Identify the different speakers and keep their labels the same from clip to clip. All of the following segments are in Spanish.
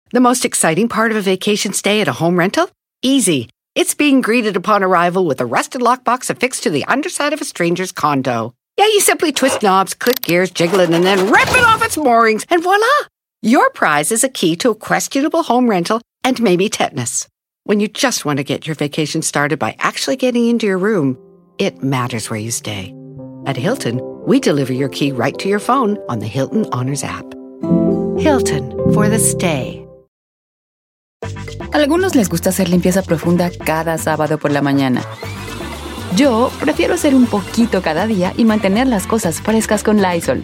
Speaker 1: The most exciting part of a vacation stay at a home rental? Easy. It's being greeted upon arrival with a rusted lockbox affixed to the underside of a stranger's condo. Yeah, you simply twist knobs, click gears, jiggle it, and then rip it off its moorings, and voila! Your prize is a key to a questionable home rental and maybe tetanus. When you just want to get your vacation started by actually getting into your room, it matters where you stay. At Hilton, we deliver your key right to your phone on the Hilton Honors app. Hilton, for the stay.
Speaker 2: Algunos les gusta hacer limpieza profunda cada sábado por la mañana. Yo prefiero hacer un poquito cada día y mantener las cosas frescas con Lysol.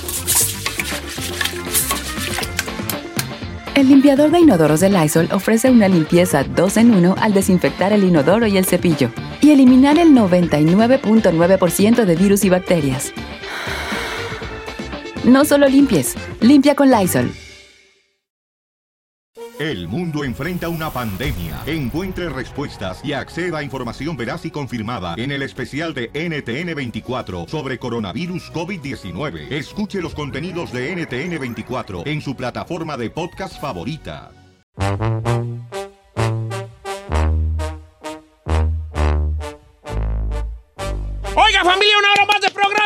Speaker 2: El limpiador de inodoros de Lysol ofrece una limpieza 2 en 1 al desinfectar el inodoro y el cepillo y eliminar el 99.9% de virus y bacterias. No solo limpies, limpia con Lysol.
Speaker 3: El mundo enfrenta una pandemia. Encuentre respuestas y acceda a información veraz y confirmada en el especial de NTN24 sobre coronavirus COVID-19. Escuche los contenidos de NTN24 en su plataforma de podcast favorita.
Speaker 4: Oiga, familia, una hora más de programa.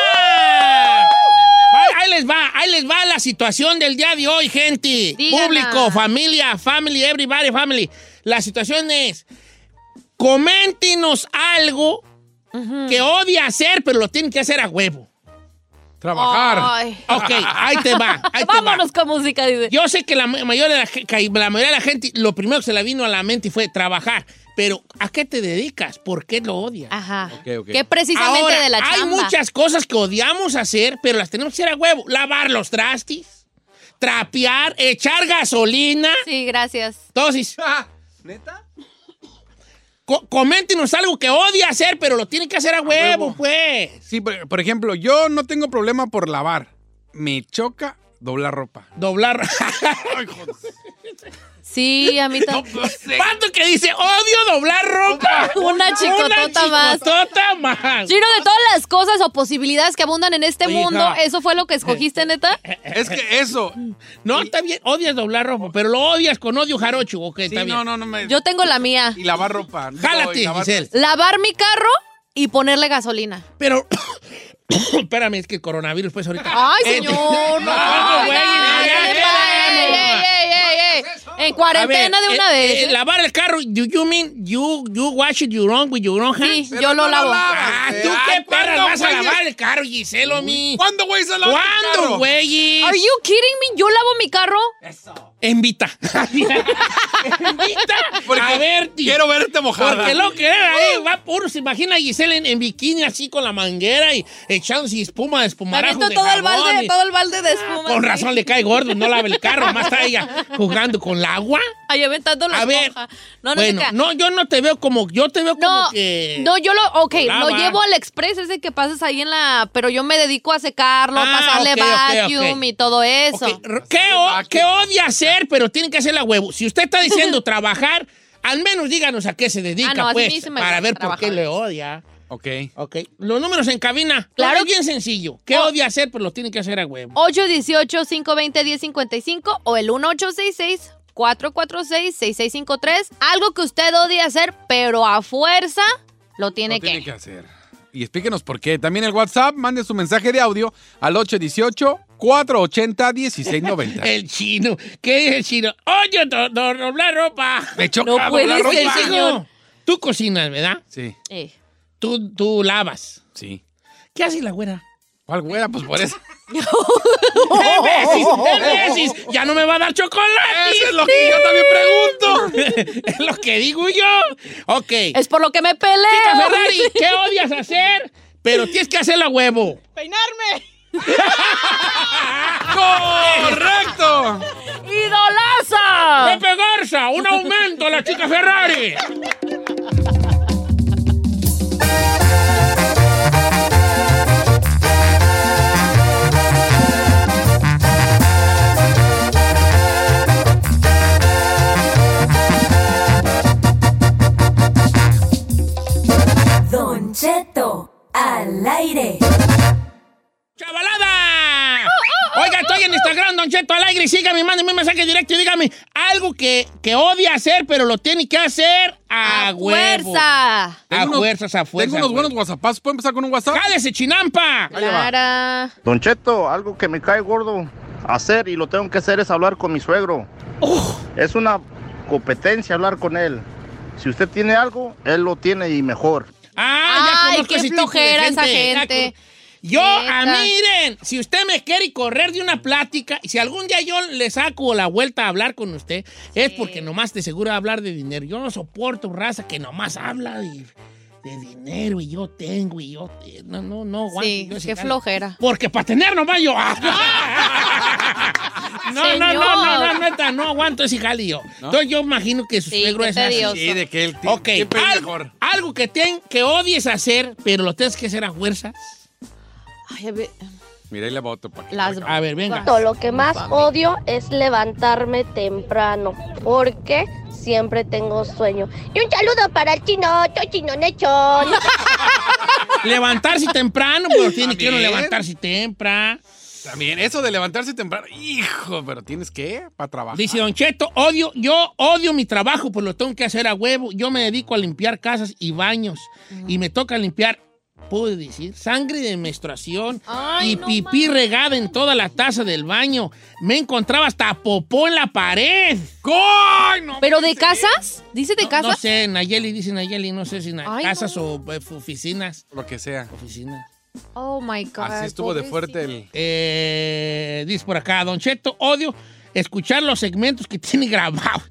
Speaker 4: Ahí les va la situación del día de hoy, gente.
Speaker 5: Dígala.
Speaker 4: Público, familia, family, everybody, family. La situación es, coméntenos algo que odia hacer, pero lo tienen que hacer a huevo.
Speaker 6: Trabajar.
Speaker 5: Ay.
Speaker 4: Ok, ahí te va.
Speaker 5: Vámonos con música, dice.
Speaker 4: Yo sé que la mayoría de la gente, lo primero que se le vino a la mente fue trabajar. Pero, ¿a qué te dedicas? ¿Por qué lo odias?
Speaker 5: Ajá.
Speaker 6: Ok.
Speaker 5: Que precisamente
Speaker 4: Ahora,
Speaker 5: de la chamba.
Speaker 4: hay muchas cosas que odiamos hacer, pero las tenemos que hacer a huevo. Lavar los trastes, trapear, echar gasolina.
Speaker 5: Sí, gracias.
Speaker 4: Entonces,
Speaker 6: ¿Neta?
Speaker 4: coméntenos algo que odia hacer, pero lo tienen que hacer a huevo, pues.
Speaker 6: Sí, por ejemplo, yo no tengo problema por lavar. Me choca doblar ropa.
Speaker 4: Doblar.
Speaker 6: Ay, joder.
Speaker 5: Sí, a mí también.
Speaker 4: ¿Cuánto que dice odio doblar ropa?
Speaker 5: Una chicotota más.
Speaker 4: Chicotota más.
Speaker 5: Giro, de todas las cosas o posibilidades que abundan en este
Speaker 4: Oye,
Speaker 5: mundo,
Speaker 4: hija.
Speaker 5: ¿eso fue lo que escogiste, neta?
Speaker 6: Es que eso.
Speaker 4: No, está bien, odias doblar ropa, pero lo odias con odio jarocho, ¿ok?
Speaker 6: Sí,
Speaker 4: Está bien.
Speaker 6: no me.
Speaker 5: Yo tengo la mía.
Speaker 6: Y lavar ropa. No,
Speaker 4: Jálate,
Speaker 6: y lavar-
Speaker 4: Giselle.
Speaker 5: Lavar mi carro y ponerle gasolina.
Speaker 4: Pero, espérame, es que el coronavirus, pues ahorita.
Speaker 5: Ay, señor, no.
Speaker 4: No, güey,
Speaker 5: Ay,
Speaker 4: ya,
Speaker 5: ¿qué le
Speaker 4: ya,
Speaker 5: pasa?
Speaker 4: ya.
Speaker 5: Ey. En cuarentena de una vez.
Speaker 4: Lavar el carro, you mean you wash it your own with your own hands?
Speaker 5: Sí, yo lo lavo.
Speaker 4: Ah, ¿tú qué perra
Speaker 6: ¿cuándo,
Speaker 4: vas a
Speaker 6: güey?
Speaker 4: lavar el carro, Giselo, mi?
Speaker 6: ¿Cuándo, güey, se lava el
Speaker 4: ¿Cuándo,
Speaker 6: carro?
Speaker 4: güey?
Speaker 5: Are you kidding me? ¿Yo lavo mi carro?
Speaker 4: Invita. Invita.
Speaker 6: Porque
Speaker 4: A ver,
Speaker 6: quiero verte mojada.
Speaker 4: Porque lo que ahí va puro. Se imagina a Giselle en bikini así con la manguera y echándose espuma de
Speaker 5: Me
Speaker 4: espumarajos
Speaker 5: meto
Speaker 4: de
Speaker 5: todo
Speaker 4: jabón y-
Speaker 5: todo el balde de espuma.
Speaker 4: Con razón le cae gordo, no lava el carro, más está ella jugando con el agua.
Speaker 5: Ahí aventando la
Speaker 4: A ver,
Speaker 5: esponja. No,
Speaker 4: bueno,
Speaker 5: se crea.
Speaker 4: no, yo no te veo como, yo te veo como que...
Speaker 5: No, yo lo
Speaker 4: lava.
Speaker 5: llevo al express, ese que pasas ahí en la... Pero yo me dedico a secarlo,
Speaker 4: Ah,
Speaker 5: pasarle
Speaker 4: ok,
Speaker 5: vacuum
Speaker 4: ok.
Speaker 5: y todo eso.
Speaker 4: Ok, ¿Qué odia hacer, pero tiene que hacer la huevo? Si usted está diciendo trabajar, al menos díganos a qué se dedica,
Speaker 5: Ah, no, así
Speaker 4: pues,
Speaker 5: sí me
Speaker 4: para
Speaker 5: gusta
Speaker 4: ver por qué
Speaker 5: trabajar.
Speaker 4: le odia.
Speaker 6: Ok.
Speaker 4: Ok, los números en cabina.
Speaker 5: Claro.
Speaker 4: Todo es bien sencillo. ¿Qué
Speaker 5: Oh.
Speaker 4: odia hacer, pero lo tiene que hacer a huevo?
Speaker 5: 818-520-1055 o el 1866-446-6653. Algo que usted odia hacer, pero a fuerza lo tiene
Speaker 6: Lo tiene
Speaker 5: que.
Speaker 6: que hacer. Y explíquenos por qué. También el WhatsApp, mande su mensaje de audio al 818-480-1690.
Speaker 4: El chino. ¿Qué dice el chino? Oye, doblar ropa.
Speaker 6: Me choca
Speaker 5: No puede
Speaker 6: doblar
Speaker 5: ser,
Speaker 6: ropa.
Speaker 5: señor.
Speaker 4: Tú cocinas, ¿verdad?
Speaker 6: Sí,
Speaker 4: Tú lavas.
Speaker 6: sí.
Speaker 4: ¿Qué hace la güera?
Speaker 6: ¿Cuál güera? Pues por eso.
Speaker 4: ¡Imbécil! ¡Ya no me va a dar chocolate!
Speaker 6: Eso es lo que yo también pregunto.
Speaker 4: Es lo que digo yo. Ok.
Speaker 5: Es por lo que me peleo.
Speaker 4: Chica Ferrari, ¿qué odias hacer? Pero tienes que hacerla a huevo.
Speaker 5: ¡Peinarme!
Speaker 6: ¡Correcto!
Speaker 5: ¡Idolaza!
Speaker 4: ¡Pepe Garza! ¡Un aumento a la chica Ferrari!
Speaker 7: Don Cheto, al aire.
Speaker 4: ¡Chavalada! Oiga, estoy en Instagram, Don Cheto al aire. Sígame, mándenme un mensaje mensaje directo y dígame algo que odia hacer, pero lo tiene que hacer a huevo.
Speaker 5: Fuerza.
Speaker 4: A fuerzas, a fuerza.
Speaker 6: Tengo unos buenos WhatsApp. ¿Puedo empezar con un WhatsApp?
Speaker 4: ¡Jálese, chinampa!
Speaker 5: Clara.
Speaker 8: Don Cheto, algo que me cae gordo hacer y lo tengo que hacer es hablar con mi suegro. Es una competencia hablar con él. Si usted tiene algo, él lo tiene y mejor.
Speaker 4: Ya conozco
Speaker 5: qué
Speaker 4: ese tipo de
Speaker 5: flojera esa gente.
Speaker 4: Yo,
Speaker 5: Neta.
Speaker 4: miren, si usted me quiere correr de una plática, y si algún día yo le saco la vuelta a hablar con usted, es porque nomás de seguro va a hablar de dinero. Yo no soporto raza que nomás habla de dinero y yo tengo y yo... No aguanto.
Speaker 5: Sí,
Speaker 4: yo ese
Speaker 5: qué
Speaker 4: jale.
Speaker 5: flojera.
Speaker 4: Porque para tener nomás yo... No, neta, no aguanto ese jale yo.
Speaker 6: ¿No?
Speaker 4: Entonces yo imagino que su
Speaker 5: Sí,
Speaker 4: suegro
Speaker 5: qué
Speaker 4: es así.
Speaker 5: tedioso.
Speaker 6: Sí, de que él
Speaker 4: Ok,
Speaker 6: siempre es mejor.
Speaker 4: algo que odies hacer, pero lo tienes que hacer a fuerzas.
Speaker 5: Ay, a ver.
Speaker 6: Mira, ahí le voto para que...
Speaker 5: Las-
Speaker 4: A ver, venga.
Speaker 9: Lo que más odio es levantarme temprano, porque siempre tengo sueño. Y un saludo para el chino nechón.
Speaker 4: Levantarse temprano, pero tiene que uno
Speaker 6: También.
Speaker 4: levantarse temprano.
Speaker 6: También, eso de levantarse temprano. Hijo, pero tienes que para trabajar.
Speaker 4: Dice Don Cheto, yo odio mi trabajo, pues lo tengo que hacer a huevo. Yo me dedico a limpiar casas y baños. Y me toca limpiar, puedo decir, sangre de menstruación
Speaker 5: Ay,
Speaker 4: y
Speaker 5: no
Speaker 4: pipí
Speaker 5: mames.
Speaker 4: regada en toda la taza del baño. Me encontraba hasta popó en la pared.
Speaker 6: ¡Ay, no!
Speaker 5: ¿Pero de casas? ¿Dice de
Speaker 4: No
Speaker 5: casas?
Speaker 4: sé, Nayeli, dice Nayeli, no sé si
Speaker 5: Ay,
Speaker 4: casas
Speaker 5: no.
Speaker 4: o oficinas.
Speaker 6: Lo que sea.
Speaker 4: Oficinas.
Speaker 5: Oh, my God.
Speaker 6: Así estuvo de fuerte el...
Speaker 4: Dice por acá, Don Cheto, odio escuchar los segmentos que tiene grabados.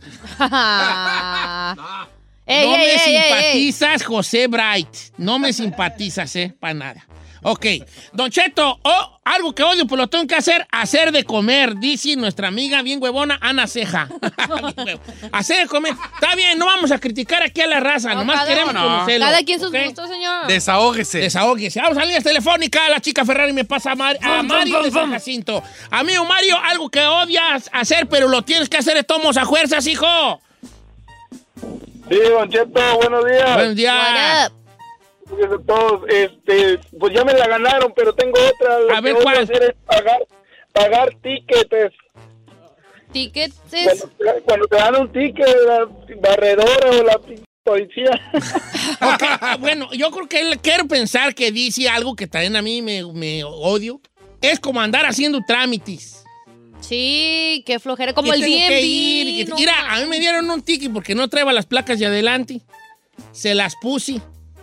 Speaker 5: Ey,
Speaker 4: No
Speaker 5: ey,
Speaker 4: me
Speaker 5: ey, ey, ey.
Speaker 4: simpatizas, José Bright. No me simpatizas, para nada. Ok. Don Cheto, algo que odio, pues lo tengo que hacer de comer, dice nuestra amiga bien huevona, Ana Ceja. Hacer de comer. Está bien, no vamos a criticar aquí a la raza,
Speaker 5: No,
Speaker 4: nomás
Speaker 5: cada-
Speaker 4: queremos
Speaker 6: no.
Speaker 4: conocerlo.
Speaker 5: Cada quien sus
Speaker 4: ¿ok?
Speaker 5: gustos, señor.
Speaker 6: Desahógese.
Speaker 4: Desahóguese. Vamos a líneas telefónicas. La chica Ferrari me pasa a Mario de San Jacinto. Amigo Mario, algo que odias hacer, pero lo tienes que hacer de tomos a fuerzas, hijo.
Speaker 10: Sí, Don Cheto, buenos días.
Speaker 4: Buenos días.
Speaker 5: What up?
Speaker 10: Gracias a todos. Pues ya me la ganaron, pero tengo otra. Lo
Speaker 4: A ver,
Speaker 10: que voy
Speaker 4: ¿cuál?
Speaker 10: a hacer es pagar tickets.
Speaker 5: Tickets.
Speaker 10: Cuando te dan un ticket, la barredora o la policía.
Speaker 4: Ok, bueno, yo creo que él quiero pensar que dice algo que también a mí me odio. Es como andar haciendo trámites.
Speaker 5: Sí, qué flojera. Como
Speaker 4: Que
Speaker 5: el
Speaker 4: tengo
Speaker 5: DMV.
Speaker 4: que ir, y que-
Speaker 5: no
Speaker 4: mira, a
Speaker 5: mames.
Speaker 4: mí me dieron un ticket porque no traía las placas de adelante. Se las puse.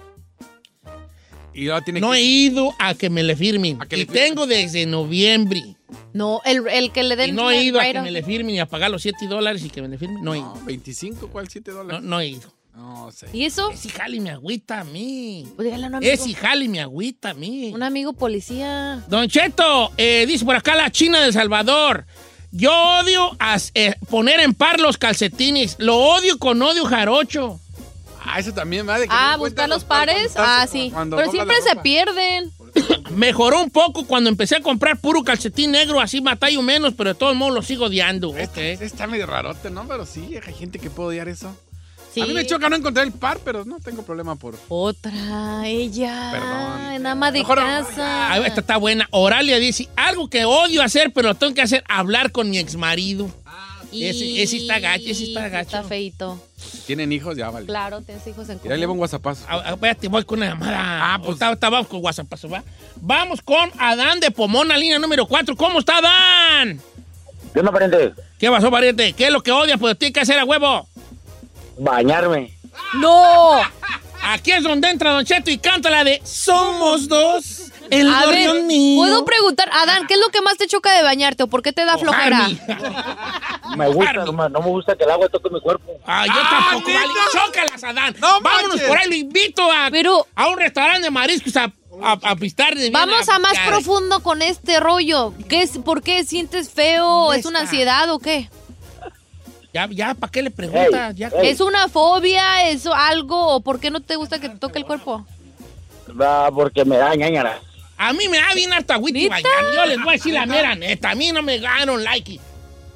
Speaker 6: Y ahora tiene
Speaker 4: No he
Speaker 6: que...
Speaker 4: ido a que me le firmen.
Speaker 6: A que
Speaker 4: Y
Speaker 6: le firmen.
Speaker 4: tengo desde noviembre.
Speaker 5: No, el que le
Speaker 4: Y
Speaker 5: den...
Speaker 4: no he ido a que
Speaker 5: write-off.
Speaker 4: me le firmen y a pagar los $7 y que me le firmen. No he ido.
Speaker 6: No, 25, ¿cuál? $7.
Speaker 4: No he ido.
Speaker 6: No sé.
Speaker 5: ¿Y eso?
Speaker 4: Ese jale me agüita a mí.
Speaker 5: Pues dígale a un amigo.
Speaker 4: Ese jale me agüita a mí.
Speaker 5: Un amigo policía.
Speaker 4: Don Cheto, dice por acá la China del Salvador. Yo odio poner en par los calcetines. Lo odio con odio jarocho.
Speaker 6: Eso también va de que
Speaker 5: Ah,
Speaker 6: no
Speaker 5: buscar
Speaker 6: encuentras
Speaker 5: los pares.
Speaker 6: cuando
Speaker 5: Sí.
Speaker 6: cuando
Speaker 5: Pero
Speaker 6: doblas
Speaker 5: siempre
Speaker 6: la
Speaker 5: se
Speaker 6: ropa.
Speaker 5: pierden.
Speaker 4: Mejoró un poco cuando empecé a comprar puro calcetín negro, así batallo menos, pero de todos modos lo sigo odiando.
Speaker 6: Está medio rarote, ¿no? Pero sí, hay gente que puede odiar eso.
Speaker 5: Sí.
Speaker 6: A mí me choca no encontrar el par, pero no tengo problema por...
Speaker 5: Otra, ella.
Speaker 6: Perdón.
Speaker 5: En ama de
Speaker 6: Mejor no,
Speaker 5: casa.
Speaker 4: Ahí esta está buena. Oralia dice, algo que odio hacer, pero lo tengo que hacer, hablar con mi exmarido. Ese está gacho, ese está gacho.
Speaker 5: Está feito.
Speaker 6: Tienen hijos, ya vale.
Speaker 5: Claro, tienes hijos en
Speaker 6: Ya le
Speaker 5: común.
Speaker 6: un WhatsAppazo.
Speaker 4: Espérate, voy con una llamada.
Speaker 6: pues.
Speaker 4: Ahorita vamos con WhatsApp, ¿va? Vamos con Adán de Pomona, línea número 4. ¿Cómo está, Adán?
Speaker 10: ¿Qué onda, pariente?
Speaker 4: ¿Qué pasó, pariente? ¿Qué es lo que odias? Pues tiene que hacer a huevo.
Speaker 10: Bañarme.
Speaker 5: ¡No!
Speaker 4: Aquí es donde entra Don Cheto y canta la de Somos dos, el
Speaker 5: A ver,
Speaker 4: gorrión mío.
Speaker 5: ¿puedo preguntar, Adán, qué es lo que más te choca de bañarte o por qué te da flojera?
Speaker 10: Me gusta,
Speaker 4: Mojarme.
Speaker 10: no me gusta que el agua toque mi cuerpo.
Speaker 4: Yo tampoco,
Speaker 6: ¿neta?
Speaker 4: vale. Chócalas, Adán.
Speaker 6: No
Speaker 4: Vámonos
Speaker 6: manches.
Speaker 4: por ahí, lo invito
Speaker 5: Pero-
Speaker 4: a un restaurante de mariscos a pistar de bien.
Speaker 5: Vamos a más
Speaker 4: picar.
Speaker 5: profundo con este rollo. ¿Por qué sientes feo? ¿Es una ansiedad o qué?
Speaker 4: Ya, ¿para qué le preguntas? Ya.
Speaker 5: ¿Es una fobia? ¿Es algo? ¿O por qué no te gusta que te toque el cuerpo?
Speaker 10: Porque me da ñañara.
Speaker 4: A mí me da bien harta agüita y
Speaker 5: ¿Neta?
Speaker 4: bañar. Yo les voy a decir la mera neta. A mí no me ganaron like.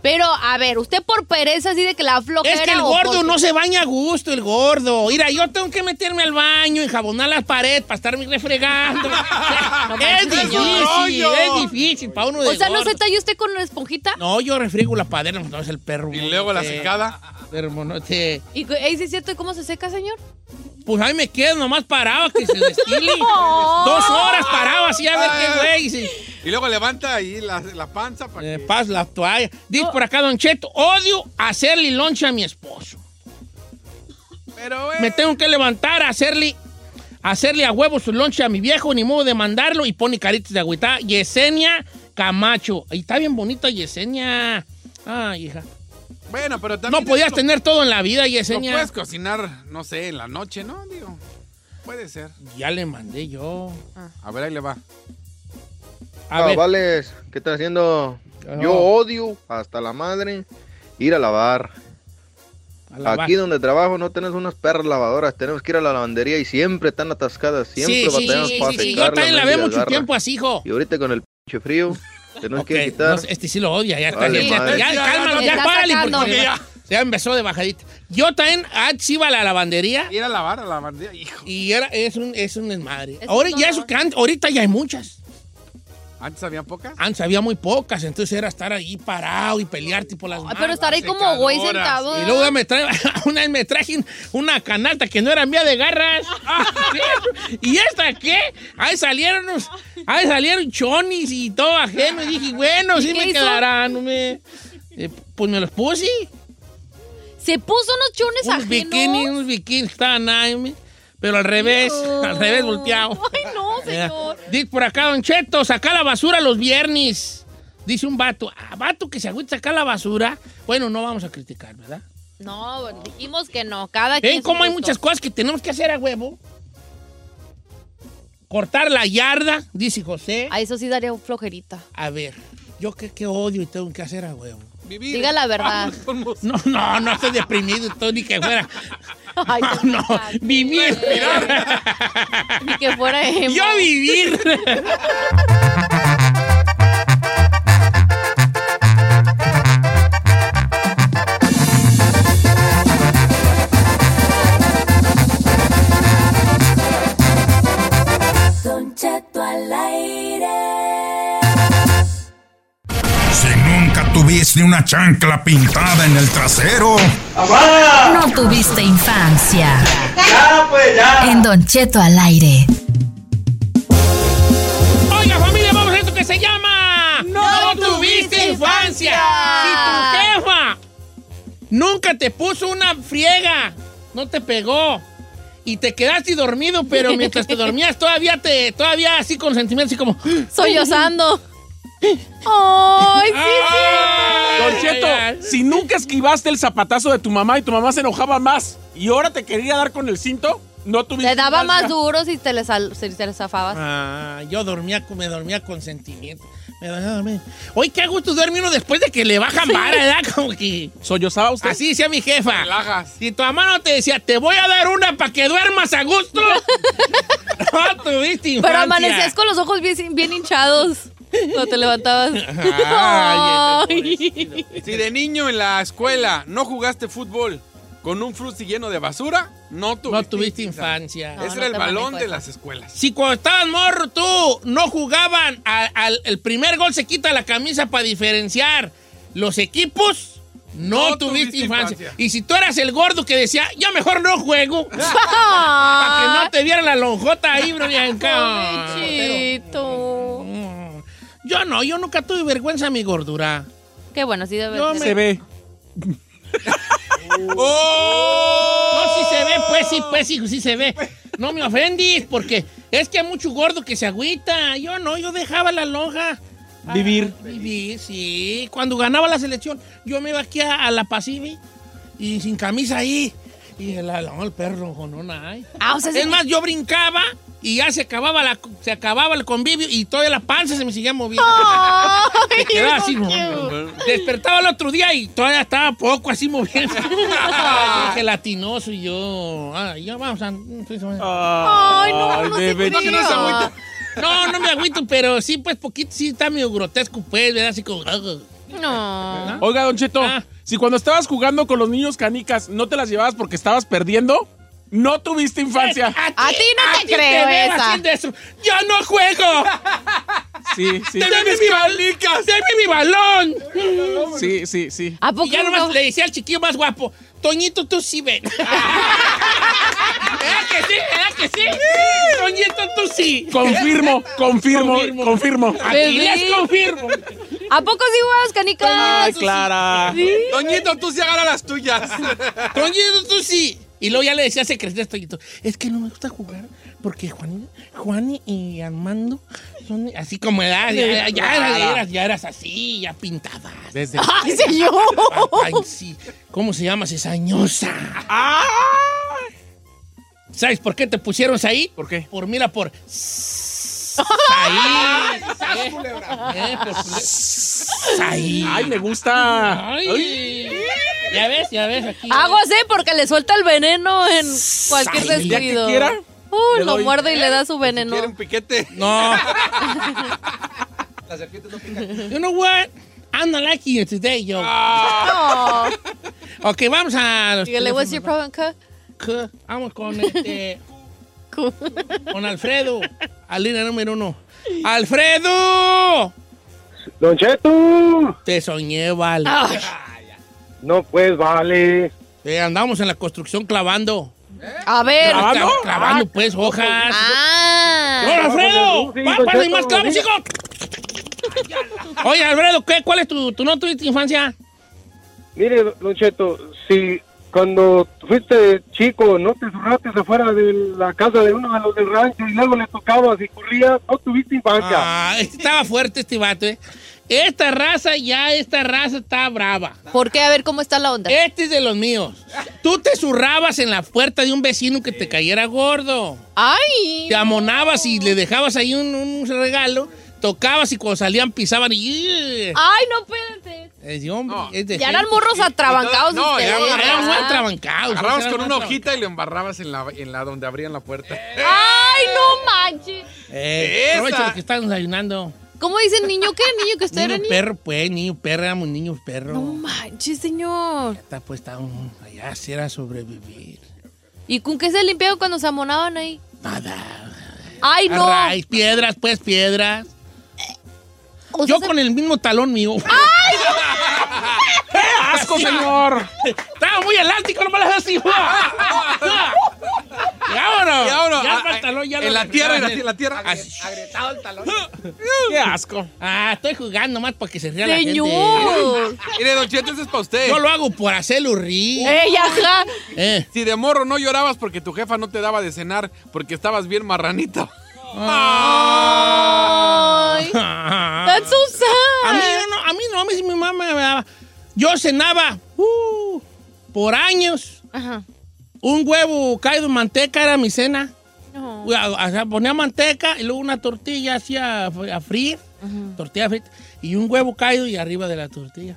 Speaker 5: Pero, a ver, usted por pereza así de que la flojera...
Speaker 4: Es que el gordo no se baña a gusto, el gordo. Mira, yo tengo que meterme al baño, enjabonar las paredes para estarme refregando. Es difícil para uno de
Speaker 5: O sea,
Speaker 4: gordo.
Speaker 5: ¿no se talla usted con una esponjita?
Speaker 4: No, yo refriego la padera, no es el perro.
Speaker 6: Y luego la secada.
Speaker 4: Hermonote.
Speaker 5: ¿Y sí es cierto cómo se seca, señor?
Speaker 4: Pues ahí me quedo nomás parado que se destile. 2 horas parado así a ver qué güey. Sí.
Speaker 6: Y luego levanta ahí la panza para que...
Speaker 4: Paz la toalla. Dice por acá, Don Cheto, odio hacerle lonche a mi esposo.
Speaker 6: Pero,
Speaker 4: Me tengo que levantar a hacerle a huevo su lonche a mi viejo, ni modo de mandarlo, y pone caritas de agüita. Yesenia Camacho. Ahí está bien bonita Yesenia. Ay, hija.
Speaker 6: Bueno, pero también...
Speaker 4: No podías tener todo en la vida,
Speaker 6: Lo
Speaker 4: Yesenia.
Speaker 6: puedes cocinar, no sé, en la noche, ¿no? Digo, puede ser.
Speaker 4: Ya le mandé yo.
Speaker 6: A ver, ahí le va.
Speaker 4: A ver.
Speaker 11: Vales, ¿qué estás haciendo? Yo odio hasta la madre ir a lavar. Aquí donde trabajo no tenemos unas perras lavadoras, tenemos que ir a la lavandería y siempre están atascadas, siempre batallamos para
Speaker 4: Yo
Speaker 11: secar
Speaker 4: también la
Speaker 11: mendiga
Speaker 4: veo mucho
Speaker 11: garra.
Speaker 4: tiempo así, hijo.
Speaker 11: Y ahorita con el pinche frío, tenemos que
Speaker 4: Ok,
Speaker 11: quitar.
Speaker 4: no, este sí lo odia, ya está.
Speaker 11: Vale, madre.
Speaker 4: Cálmalo, ya
Speaker 5: Está
Speaker 4: párale,
Speaker 5: sacando.
Speaker 4: porque ya empezó de bajadita. Yo también antes iba a la lavandería
Speaker 6: Ir a lavar a la lavandería, hijo.
Speaker 4: y es un desmadre.
Speaker 5: Es
Speaker 4: Ahora
Speaker 5: un
Speaker 4: ya
Speaker 5: dolor.
Speaker 4: ahorita ya hay muchas.
Speaker 6: ¿Antes había pocas?
Speaker 4: Antes había muy pocas, entonces era estar ahí parado y pelearte por las
Speaker 5: Ay,
Speaker 4: manos.
Speaker 5: pero estar ahí como güey sentado.
Speaker 4: Y luego una vez me traje una canasta que no era mía de garras. ¿Y esta qué? Ahí salieron chonis y todo ajeno. Y dije, bueno, sí
Speaker 5: ¿Y
Speaker 4: me
Speaker 5: qué hizo?
Speaker 4: quedarán. Pues me los puse.
Speaker 5: Se puso unos chones
Speaker 4: Unos
Speaker 5: ajenos.
Speaker 4: bikinis que estaban ahí, pero al revés volteado.
Speaker 5: Ay, no, señor.
Speaker 4: Dice por acá, Don Cheto, saca la basura los viernes. Dice un vato, vato que se agüita sacar la basura. Bueno, no vamos a criticar, ¿verdad?
Speaker 5: No, dijimos que no. Cada quien.
Speaker 4: ¿Ven cómo hay muchas cosas que tenemos que hacer a huevo? Cortar la yarda, dice José.
Speaker 5: A eso sí daría flojerita.
Speaker 4: A ver, yo qué odio y tengo que hacer a huevo.
Speaker 6: Vivir.
Speaker 5: Diga la verdad.
Speaker 4: No estoy deprimido, estoy ni que fuera.
Speaker 5: Ay,
Speaker 4: No, vivir.
Speaker 5: Ni que fuera emo.
Speaker 4: Yo vivir.
Speaker 7: Don Cheto al aire.
Speaker 12: Si nunca tuviste una chancla pintada en el trasero,
Speaker 7: No tuviste infancia.
Speaker 10: Ya, pues, ya.
Speaker 7: En Don Cheto al aire.
Speaker 4: Oiga, familia, vamos a esto que se llama No tuviste infancia. Si tu jefa nunca te puso una friega, no te pegó y te quedaste dormido, pero mientras te dormías todavía así con sentimientos así como
Speaker 5: Sollozando. Ay, sí,
Speaker 13: Don Cheto, si nunca esquivaste el zapatazo de tu mamá y tu mamá se enojaba más y ahora te quería dar con el cinto, no tuviste
Speaker 5: Te daba
Speaker 13: infancia.
Speaker 5: más duro si te le zafabas.
Speaker 4: yo me dormía con sentimiento. Me dormía. Oye, qué gusto duerme uno después de que le bajan vara, ¿verdad? Como que
Speaker 13: ¿Sollozaba usted?
Speaker 4: así decía mi jefa.
Speaker 6: Relajas.
Speaker 4: Si tu mamá no te decía, te voy a dar una para que duermas a gusto, no tuviste infancia.
Speaker 5: Pero amanecías con los ojos bien hinchados cuando te levantabas.
Speaker 4: Ay,
Speaker 6: Si de niño en la escuela no jugaste fútbol con un frutti lleno de basura, no tuviste
Speaker 4: infancia.
Speaker 6: Ese era el balón de las escuelas.
Speaker 4: Si cuando estabas morro tú no jugaban el primer gol se quita la camisa para diferenciar los equipos, no tuviste infancia. Y si tú eras el gordo que decía, yo mejor no juego, para que no te vieran la lonjota ahí, Bianca.
Speaker 5: Chito.
Speaker 4: Yo nunca tuve vergüenza de mi gordura.
Speaker 5: Qué bueno, sí debe ser.
Speaker 13: Se ve.
Speaker 4: No, sí se ve, pues sí se ve. No me ofendís, porque es que hay mucho gordo que se agüita. Yo dejaba la lonja.
Speaker 13: Vivir.
Speaker 4: Vivir, sí. Cuando ganaba la selección, yo me iba aquí a la Pacific y sin camisa ahí. Y el perro, no hay.
Speaker 5: O sea,
Speaker 4: es más, yo brincaba y ya se acababa el convivio y toda la panza se me seguía moviendo. Me quedaba así, despertaba el otro día y todavía estaba poco así moviendo. Gelatinoso y yo. Ya vamos a.
Speaker 5: Ay, no
Speaker 13: bebé.
Speaker 4: No me agüito, pero sí, pues poquito, sí está medio grotesco, pues, ¿verdad? Así como.
Speaker 5: No.
Speaker 13: Oiga, Don Cheto, si cuando estabas jugando con los niños canicas no te las llevabas porque estabas perdiendo, no tuviste infancia.
Speaker 5: A ti no te creo esa.
Speaker 4: ¡Yo no juego!
Speaker 13: Sí.
Speaker 4: ¡Deme mi canicas! ¡Deme mi balón!
Speaker 13: Sí.
Speaker 5: ¿A poco
Speaker 4: y ya nomás le decía al chiquillo más guapo, Toñito, tú sí ven. ¿Verdad que sí? Toñito, tú sí.
Speaker 13: Confirmo.
Speaker 4: Aquí les confirmo.
Speaker 5: ¿A poco sí jugabas canicas?
Speaker 13: Ay, Clara.
Speaker 5: ¿Sí?
Speaker 6: Toñito, tú sí agarra las tuyas.
Speaker 4: Toñito, tú sí. Y luego ya le decía secretos a Toñito, es que no me gusta jugar porque Juan y Armando son así como edad. Ya eras así, ya pintabas.
Speaker 5: ¡Ay, señor!
Speaker 4: Ay, sí. ¿Cómo se llama cizañosa? ¿Sabes por qué te pusieron ahí?
Speaker 13: ¿Por qué?
Speaker 4: Por Saí.
Speaker 13: Ay, me gusta.
Speaker 4: Ay. Ya ves aquí.
Speaker 5: Aguas, porque le suelta el veneno en cualquier
Speaker 13: El día que
Speaker 5: descuido.
Speaker 13: quiera.
Speaker 5: Lo muerde y le da su veneno.
Speaker 6: ¿Quiere un piquete?
Speaker 4: No.
Speaker 6: Las serpientes no pican.
Speaker 4: You know what? I'm not liking you today, yo.
Speaker 5: No.
Speaker 4: Ok, vamos a los
Speaker 5: Dígale, what's your
Speaker 4: teléfonos.
Speaker 5: problem,
Speaker 4: Vamos con con Alfredo. A línea número 1. ¡Alfredo!
Speaker 10: Don Cheto.
Speaker 4: Te soñé, vale.
Speaker 10: No, pues, vale.
Speaker 4: Andamos en la construcción clavando.
Speaker 5: A ver.
Speaker 4: Clavando, pues, hojas.
Speaker 5: ¡Hola,
Speaker 4: Alfredo!
Speaker 10: Sí,
Speaker 4: ¡Para más clavos, hijo! Oye, Alfredo, ¿cuál es tu no tuviste infancia?
Speaker 10: Mire, Don Cheto, si cuando fuiste chico no te zurraste afuera de la casa de uno de los del rancho y luego le tocabas y corrías, no tuviste infancia.
Speaker 4: Estaba fuerte este vato, ¿eh? Esta raza está brava.
Speaker 5: ¿Por qué? A ver, ¿cómo está la onda?
Speaker 4: Este es de los míos. Tú te zurrabas en la puerta de un vecino que te cayera gordo.
Speaker 5: ¡Ay!
Speaker 4: Te amonabas y le dejabas ahí un regalo, tocabas y cuando salían pisaban y...
Speaker 5: ¡Ay, no, espérate!
Speaker 4: Ya
Speaker 5: eran morros atrabancados.
Speaker 6: No,
Speaker 5: ustedes.
Speaker 4: eran muy atrabancados.
Speaker 6: Agarrabas con una hojita y lo embarrabas en la donde abrían la puerta.
Speaker 5: ¡Ay, no manches!
Speaker 4: Aprovecha los que están desayunando.
Speaker 5: ¿Cómo dice el niño? ¿Qué niño que usted era niño?
Speaker 4: Perro, pues, niño perro, éramos niños perro.
Speaker 5: No manches, señor.
Speaker 4: Allá sí era sobrevivir.
Speaker 5: ¿Y con qué se limpiaban cuando se amonaban ahí?
Speaker 4: Nada.
Speaker 5: ¡Ay, no!
Speaker 4: Piedras. Yo con el mismo talón mío.
Speaker 5: ¡Ay!
Speaker 13: ¡Qué asco, señor!
Speaker 4: Estaba muy elástico, no me las así.
Speaker 6: vámonos.
Speaker 4: Ya el talón, ya
Speaker 6: en la tierra, en la tierra.
Speaker 4: Agrietado el talón.
Speaker 13: ¡Qué asco!
Speaker 4: Estoy jugando más para que se ría la gente.
Speaker 5: ¡Señor!
Speaker 6: Mire, Don Cheto, eso es para usted.
Speaker 4: Yo lo hago por hacerlo rir.
Speaker 5: Ajá!
Speaker 6: Si de morro no llorabas porque tu jefa no te daba de cenar porque estabas bien marranito.
Speaker 5: ¡Ay! That's so sad.
Speaker 4: A mí no, mi mamá me daba. Yo cenaba por años.
Speaker 5: Ajá.
Speaker 4: Un huevo caído en manteca era mi cena.
Speaker 5: No.
Speaker 4: O sea, ponía manteca y luego una tortilla hacía a freír. Tortilla frita. Y un huevo caído y arriba de la tortilla.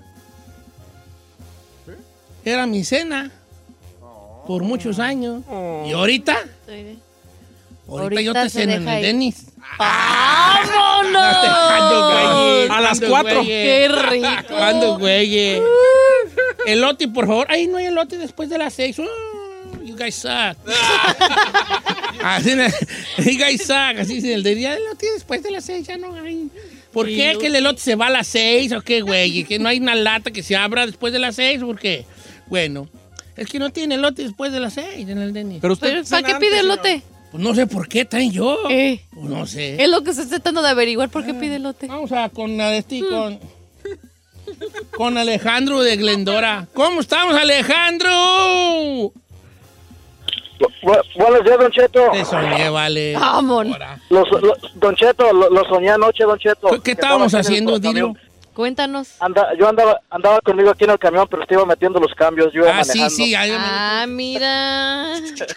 Speaker 4: Era mi cena. Por muchos años. Y ahorita... Ahorita yo te ceno en el Dennis.
Speaker 5: ¡Vámonos!
Speaker 13: A las 4.
Speaker 5: ¡Qué rico!
Speaker 4: ¿Cuándo, güey? Elote, por favor. Ay, no hay elote después de las 6. You guys suck. Así, you guys suck. Así se el día del elote después de las 6 ya no hay. ¿Por qué? ¿Que el elote se va a las 6 o qué, güey? ¿Que no hay una lata que se abra después de las 6? ¿Por qué? Bueno, es que no tiene elote después de las 6 en el Dennis.
Speaker 13: Pero usted
Speaker 5: ¿para qué pide elote?
Speaker 4: Pues no sé por qué traen yo. Pues no sé.
Speaker 5: Es lo que se está tratando de averiguar por qué pide elote.
Speaker 4: Vamos a con Alejandro de Glendora. ¿Cómo estamos, Alejandro?
Speaker 10: Buenos días, Don Cheto.
Speaker 4: Te soñé, vale.
Speaker 5: Vámonos.
Speaker 10: Don Cheto, lo soñé anoche, Don Cheto.
Speaker 4: ¿Qué estábamos haciendo, Dilo?
Speaker 5: Cuéntanos.
Speaker 10: Yo andaba conmigo aquí en el camión, pero te iba metiendo los cambios. Yo iba manejando.
Speaker 4: Sí.
Speaker 5: Mira.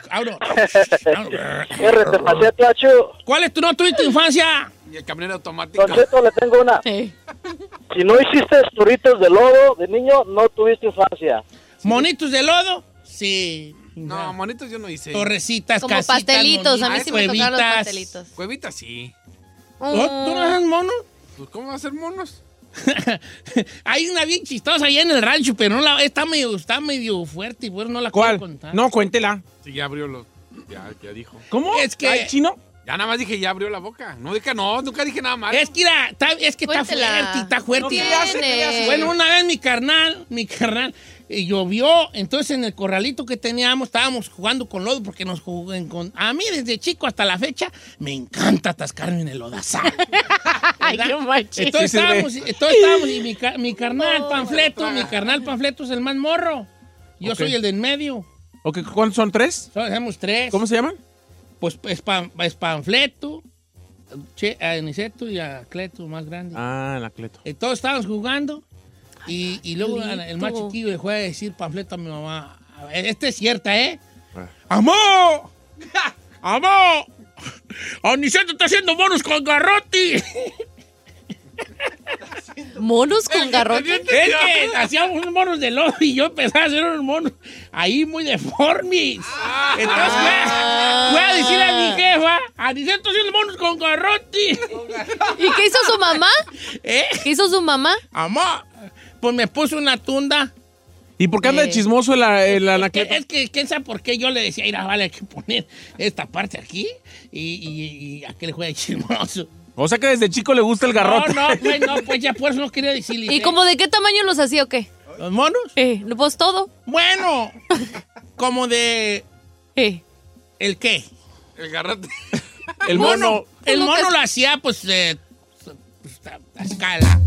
Speaker 10: Te pasé, Tacho.
Speaker 4: ¿Cuál es tu no tuviste infancia?
Speaker 6: Y el camionero automático.
Speaker 10: Don Cheto, le tengo una. Si no hiciste esturritos de lodo de niño, no tuviste infancia.
Speaker 4: ¿Monitos de lodo? Sí.
Speaker 6: No, monitos yo no hice.
Speaker 4: Torrecitas,
Speaker 5: como
Speaker 4: casitas,
Speaker 5: pastelitos,
Speaker 4: monitos,
Speaker 5: a mí sí me tocaron los pastelitos.
Speaker 6: Cuevitas sí.
Speaker 4: ¿Tú no eres mono?
Speaker 6: Pues, ¿cómo va a ser monos?
Speaker 4: Hay una bien chistosa allá en el rancho, pero no la, está medio fuerte y bueno, no la
Speaker 13: ¿Cuál?
Speaker 4: puedo contar.
Speaker 13: No, cuéntela.
Speaker 6: Sí, ya abrió los... Ya dijo.
Speaker 13: ¿Cómo?
Speaker 4: Es que...
Speaker 13: ¿Ay, chino?
Speaker 6: Ya nada más dije, ya abrió la boca. Nunca dije nada malo.
Speaker 4: Es que, está fuerte.
Speaker 5: No tiene.
Speaker 4: Bueno, una vez mi carnal, llovió, entonces en el corralito que teníamos estábamos jugando con lodo porque nos jugué con... A mí desde chico hasta la fecha me encanta atascarme en el lodazal.
Speaker 5: Ay, qué macho.
Speaker 4: Entonces estábamos y mi carnal Panfleto es el más morro. Yo soy el del medio.
Speaker 13: Okay, ¿cuántos son? ¿3?
Speaker 4: Somos 3.
Speaker 13: ¿Cómo se llaman?
Speaker 4: Pues es Panfleto, a Aniceto y a Cleto, más grande.
Speaker 13: Ah, el Cleto.
Speaker 4: Todos estábamos jugando y luego el más chiquillo le fue a decir Panfleto a mi mamá. Esta es cierta, ¿eh? ¡Amó! ¡Amó! ¡Aniceto está haciendo monos con garrote!
Speaker 5: ¿Monos con garrote?
Speaker 4: Es que hacíamos unos monos de lodo y yo empezaba a hacer unos monos ahí muy deformes. Entonces fue a decirle a mi jefa, Aniceto haciendo monos con garrote.
Speaker 5: ¿Y qué hizo su mamá? ¿Qué hizo su mamá?
Speaker 4: Mamá, pues me puso una tunda.
Speaker 13: ¿Y por qué anda de chismoso el Anacleto?
Speaker 4: Es que, ¿quién sabe por qué yo le decía, mira, vale, hay que poner esta parte aquí y aquel juega de chismoso?
Speaker 13: O sea que desde chico le gusta el garrote.
Speaker 4: No, pues ya por eso no quería decirle.
Speaker 5: ¿Y como de qué tamaño los hacía o qué?
Speaker 4: ¿Los monos?
Speaker 5: Pues todo.
Speaker 4: Bueno, como de... ¿El qué?
Speaker 6: El garrote.
Speaker 4: El mono lo hacía, pues, a escala.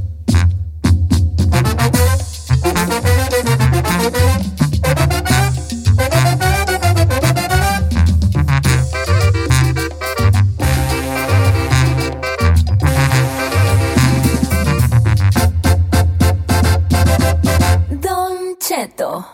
Speaker 7: Don Cheto.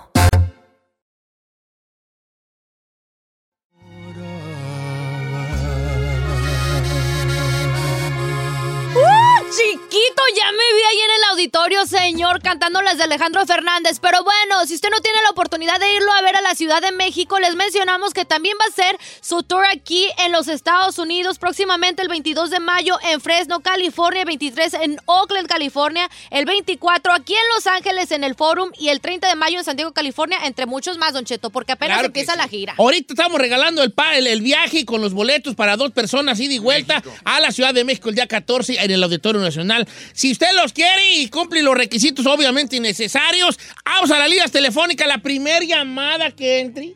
Speaker 5: Chiquito, ya me vi ahí en el auditorio, señor, cantando las de Alejandro Fernández. Pero bueno, si usted no tiene la oportunidad de irlo a ver a la Ciudad de México, les mencionamos que también va a ser su tour aquí en los Estados Unidos, próximamente el 22 de mayo en Fresno, California, el 23 en Oakland, California, el 24 aquí en Los Ángeles en el Forum y el 30 de mayo en San Diego, California, entre muchos más, Don Cheto, porque apenas empieza la gira.
Speaker 4: Ahorita estamos regalando el viaje con los boletos para 2 personas ida y vuelta a la Ciudad de México el día 14 en el Auditorio Nacional. Si usted los quiere y cumple los requisitos obviamente necesarios, vamos a las líneas telefónicas. La primera llamada que entre.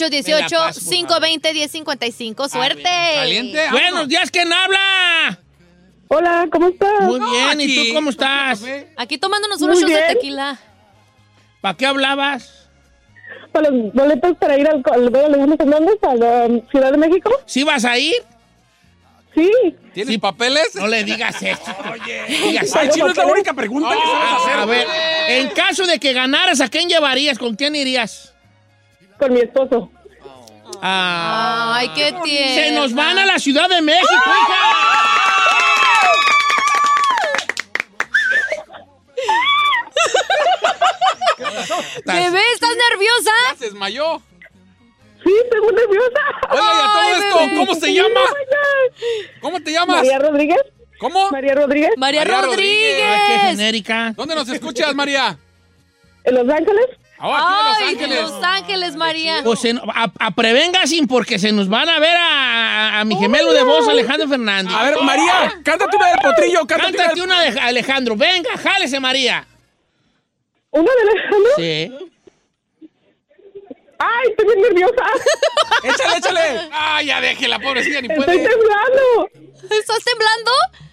Speaker 5: 818-520-1055. ¡Suerte!
Speaker 4: Caliente. Buenos días, ¿quién habla?
Speaker 14: Hola, ¿cómo estás?
Speaker 4: Muy bien, ¿y tú cómo estás?
Speaker 5: Aquí tomándonos unos shots de tequila.
Speaker 4: ¿Para qué hablabas?
Speaker 14: Para los boletos para ir al Alejandro Fernández a la Ciudad de México.
Speaker 4: ¿Sí vas a ir?
Speaker 14: Sí.
Speaker 6: ¿Tienes papeles?
Speaker 4: No le digas eso.
Speaker 6: Oye.
Speaker 13: Ay, Chino, es la única pregunta que sabes hacer.
Speaker 4: A ver, en caso de que ganaras, ¿a quién llevarías? ¿Con quién irías?
Speaker 14: Con mi esposo.
Speaker 5: Ay, qué tierno.
Speaker 4: Se nos van a la Ciudad de México, hija.
Speaker 5: Bebé, ¿estás nerviosa?
Speaker 6: Ya se desmayó.
Speaker 14: Sí, estoy muy nerviosa.
Speaker 6: Oye, a todo esto,
Speaker 5: bebé.
Speaker 6: ¿cómo se llama? ¿Cómo te llamas?
Speaker 14: María Rodríguez.
Speaker 6: ¿Cómo?
Speaker 14: María Rodríguez.
Speaker 5: María Rodríguez.
Speaker 4: Qué genérica.
Speaker 6: ¿Dónde nos escuchas, María?
Speaker 14: ¿En Los Ángeles?
Speaker 6: Aquí en
Speaker 5: de Los Ángeles, María.
Speaker 4: Pues prevengasin porque se nos van a ver a mi gemelo de voz, Alejandro Fernández.
Speaker 13: A ver, María, cántate una del Potrillo.
Speaker 4: Cántate una de Alejandro. Venga, jálese, María.
Speaker 14: ¿Una de Alejandro?
Speaker 4: Sí.
Speaker 14: ¡Ay, estoy bien nerviosa!
Speaker 6: ¡Échale! ¡Ay, ya déjela, pobrecilla, ni puede!
Speaker 14: ¡Estoy temblando!
Speaker 5: ¿Estás temblando?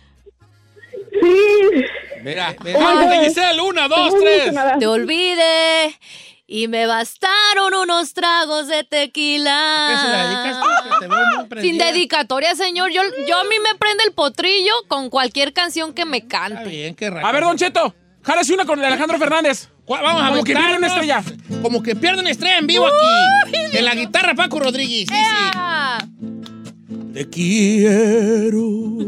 Speaker 14: Sí.
Speaker 6: Mira, vamos de Giselle, 1, 2, 3.
Speaker 5: Te olvidé y me bastaron unos tragos de tequila.
Speaker 4: ¿Qué se la dedicas tú? Que te veo muy prendida.
Speaker 5: Sin dedicatoria, señor. Yo a mí me prende el potrillo con cualquier canción que me cante.
Speaker 4: Está bien, qué raro.
Speaker 13: A ver, Don Cheto, jálese una con Alejandro Fernández.
Speaker 4: Vamos a
Speaker 13: como que pierde una estrella.
Speaker 4: Como que pierde una estrella en vivo aquí. En la guitarra, Paco Rodríguez. Sí, sí. Te quiero.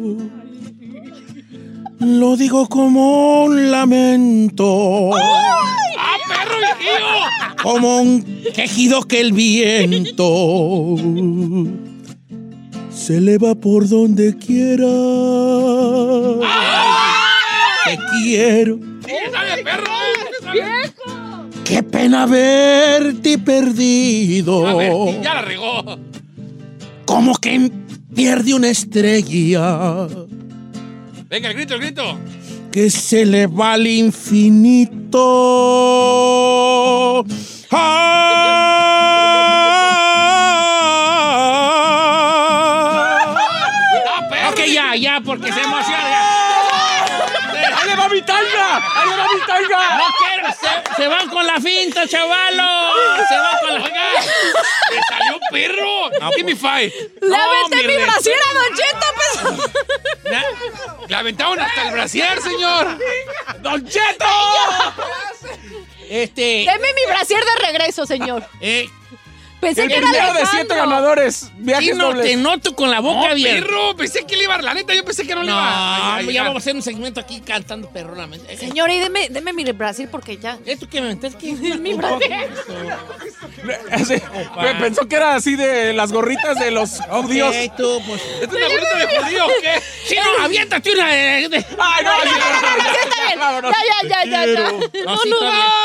Speaker 4: Lo digo como un lamento.
Speaker 6: ¡Ah, perro viejillo!
Speaker 4: Como un quejido que el viento se eleva por donde quiera. Te quiero.
Speaker 13: ¡Dale, perro!
Speaker 5: ¡Viejo!
Speaker 4: Qué pena verte perdido.
Speaker 13: A ver, ya la regó.
Speaker 4: Como que pierde una estrella
Speaker 13: Venga, el grito.
Speaker 4: que se le va al infinito. Ok, ya, porque se emociona.
Speaker 13: ¡Ahí le va mi tanga!
Speaker 4: No quiero, se van con la finta, chavalo. Se van con la finta.
Speaker 13: ¡Me salió perro!
Speaker 4: No,
Speaker 13: ¡Give me five!
Speaker 5: ¡Le aventé mi brasier a Don Cheto, pues!
Speaker 13: ¡Le aventaron hasta el brasier, señor! ¡Don Cheto!
Speaker 5: Deme mi brasier de regreso, señor. Pensé
Speaker 13: El
Speaker 5: que era
Speaker 13: primero de
Speaker 5: Alejandro.
Speaker 13: 7 ganadores. Viajes
Speaker 4: Sí, no,
Speaker 13: dobles.
Speaker 4: te noto con la boca abierta.
Speaker 13: Perro, pensé que le iba a la neta, yo pensé que no le iba a
Speaker 4: No, ya
Speaker 13: llegar.
Speaker 4: vamos a hacer un segmento aquí cantando perronamente.
Speaker 5: Señor, y deme mi brasier porque ya.
Speaker 4: ¿Esto que me metes? ¿Qué?
Speaker 5: Mi brasier.
Speaker 13: Sí, pensó que era así de las gorritas de los judíos.
Speaker 4: Ok, tú, pues.
Speaker 13: ¿Es una gorrita de judío o qué?
Speaker 4: Sí, no, aviéntate una
Speaker 13: ¡Ay, no!
Speaker 5: Ya.
Speaker 4: No, sí,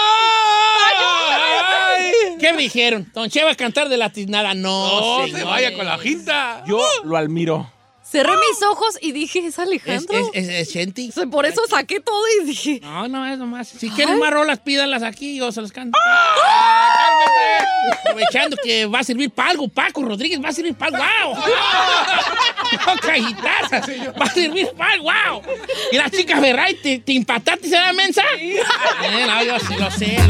Speaker 4: ¿qué me dijeron? Don Che va a cantar de la tiznada. No,
Speaker 13: No se vaya con la jinta. Yo lo admiro.
Speaker 5: Cerré mis ojos y dije, ¿es Alejandro?
Speaker 4: Es Chenti.
Speaker 5: Por eso saqué todo y dije...
Speaker 4: No, es nomás. Si quieren más rolas, pídanlas aquí, yo se las canto. Aprovechando que va a servir para algo, Paco Rodríguez va a servir para algo. ¡Wow! No, cajitaza. Va a servir para algo, wow. Y las chicas Ferrari, ¿te impactaste y se da mensa? No, yo sí lo sé.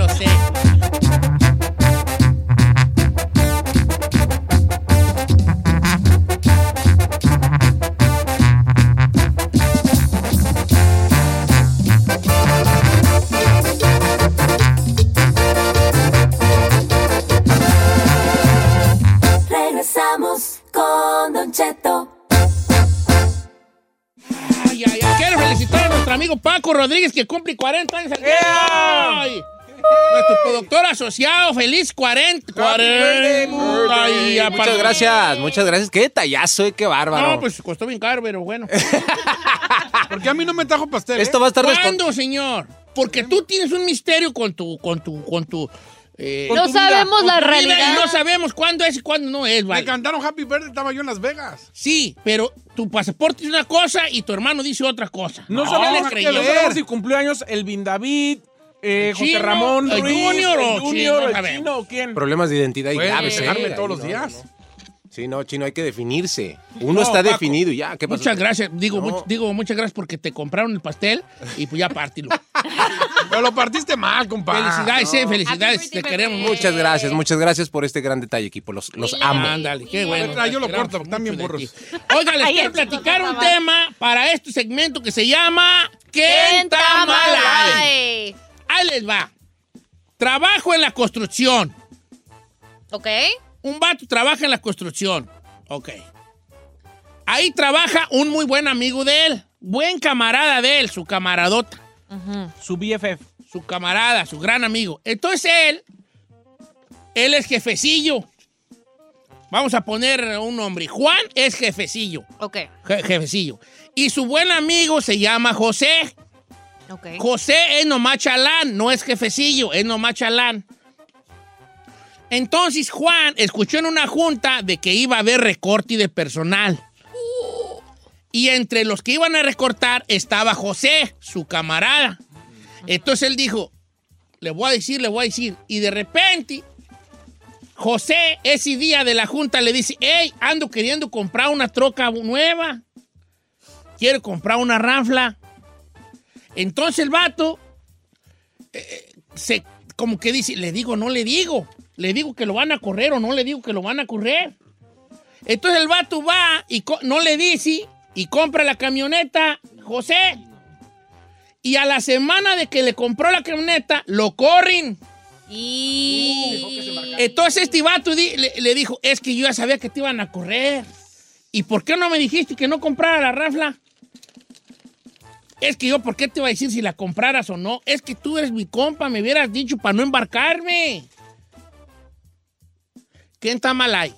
Speaker 7: Regresamos con Don Cheto.
Speaker 4: Ay. Quiero felicitar a nuestro amigo Paco Rodríguez que cumple 40 años. ¡Ay! Nuestro productor asociado, feliz 40. Ay,
Speaker 15: Muchas gracias. Qué detallazo, qué bárbaro.
Speaker 4: No, pues costó bien caro, pero bueno.
Speaker 6: ¿Por qué a mí no me trajo pastel?
Speaker 15: Esto va a estar
Speaker 4: ¿Cuándo, señor? Porque tú tienes un misterio con tu
Speaker 5: No sabemos la realidad.
Speaker 4: Y no sabemos cuándo es y cuándo no es,
Speaker 6: Me cantaron Happy Birthday, estaba yo en Las Vegas.
Speaker 4: Sí, pero tu pasaporte dice una cosa y tu hermano dice otra cosa.
Speaker 13: No
Speaker 4: le
Speaker 13: sabemos
Speaker 4: creyó.
Speaker 13: si cumplió años el Bin David, José
Speaker 4: Chino,
Speaker 13: Ramón
Speaker 4: el
Speaker 13: Ruiz,
Speaker 4: Junior
Speaker 13: el
Speaker 4: o
Speaker 13: Junior,
Speaker 4: Chino,
Speaker 13: el
Speaker 4: sabemos.
Speaker 13: Chino, o quién.
Speaker 15: Problemas de identidad y
Speaker 6: Pueden
Speaker 15: graves.
Speaker 6: pegarme todos los días.
Speaker 15: No. Sí, no, Chino, hay que definirse. Uno
Speaker 4: No,
Speaker 15: está
Speaker 4: Paco,
Speaker 15: definido ya. ¿Qué pasó?
Speaker 4: Muchas gracias. Digo
Speaker 15: No.
Speaker 4: muchas gracias porque te compraron el pastel y pues ya pártilo.
Speaker 6: Pero lo partiste mal, compadre.
Speaker 4: Felicidades, felicidades. Te queremos mucho.
Speaker 15: Muchas gracias por este gran detalle, equipo. Los amo.
Speaker 4: Ándale, qué bueno.
Speaker 6: Yo lo
Speaker 4: Te queremos
Speaker 6: corto, están bien
Speaker 4: mucho de
Speaker 6: burros.
Speaker 4: ti. Oiga, les quiero platicar un tema para este segmento que se llama ¿Qué está mal ahí? Ahí les va. Trabajo en la construcción.
Speaker 5: ¿Ok?
Speaker 4: Un vato trabaja en la construcción. Ok. Ahí trabaja un muy buen amigo de él. Buen camarada de él, su camaradota.
Speaker 13: Su BFF.
Speaker 4: Su camarada, su gran amigo. Entonces él es jefecillo. Vamos a poner un nombre. Juan es jefecillo.
Speaker 5: Ok.
Speaker 4: Jefecillo. Y su buen amigo se llama José.
Speaker 5: Ok.
Speaker 4: José es nomás chalán, no es jefecillo, es nomás chalán. Entonces Juan escuchó en una junta de que iba a haber recorte de personal. Y entre los que iban a recortar estaba José, su camarada. Entonces él dijo, le voy a decir. Y de repente, José, ese día de la junta, le dice, hey, ando queriendo comprar una troca nueva. Quiero comprar una ranfla. Entonces el vato como que dice, le digo, no le digo. Le digo que lo van a correr o no le digo que lo van a correr. Entonces el vato va y no le dice y compra la camioneta, José. Y a la semana de que le compró la camioneta, lo corren. Entonces este vato le dijo, es que yo ya sabía que te iban a correr. ¿Y por qué no me dijiste que no comprara la rafla? Es que yo, ¿por qué te iba a decir si la compraras o no? Es que tú eres mi compa, me hubieras dicho para no embarcarme. ¿Quién está mal ahí?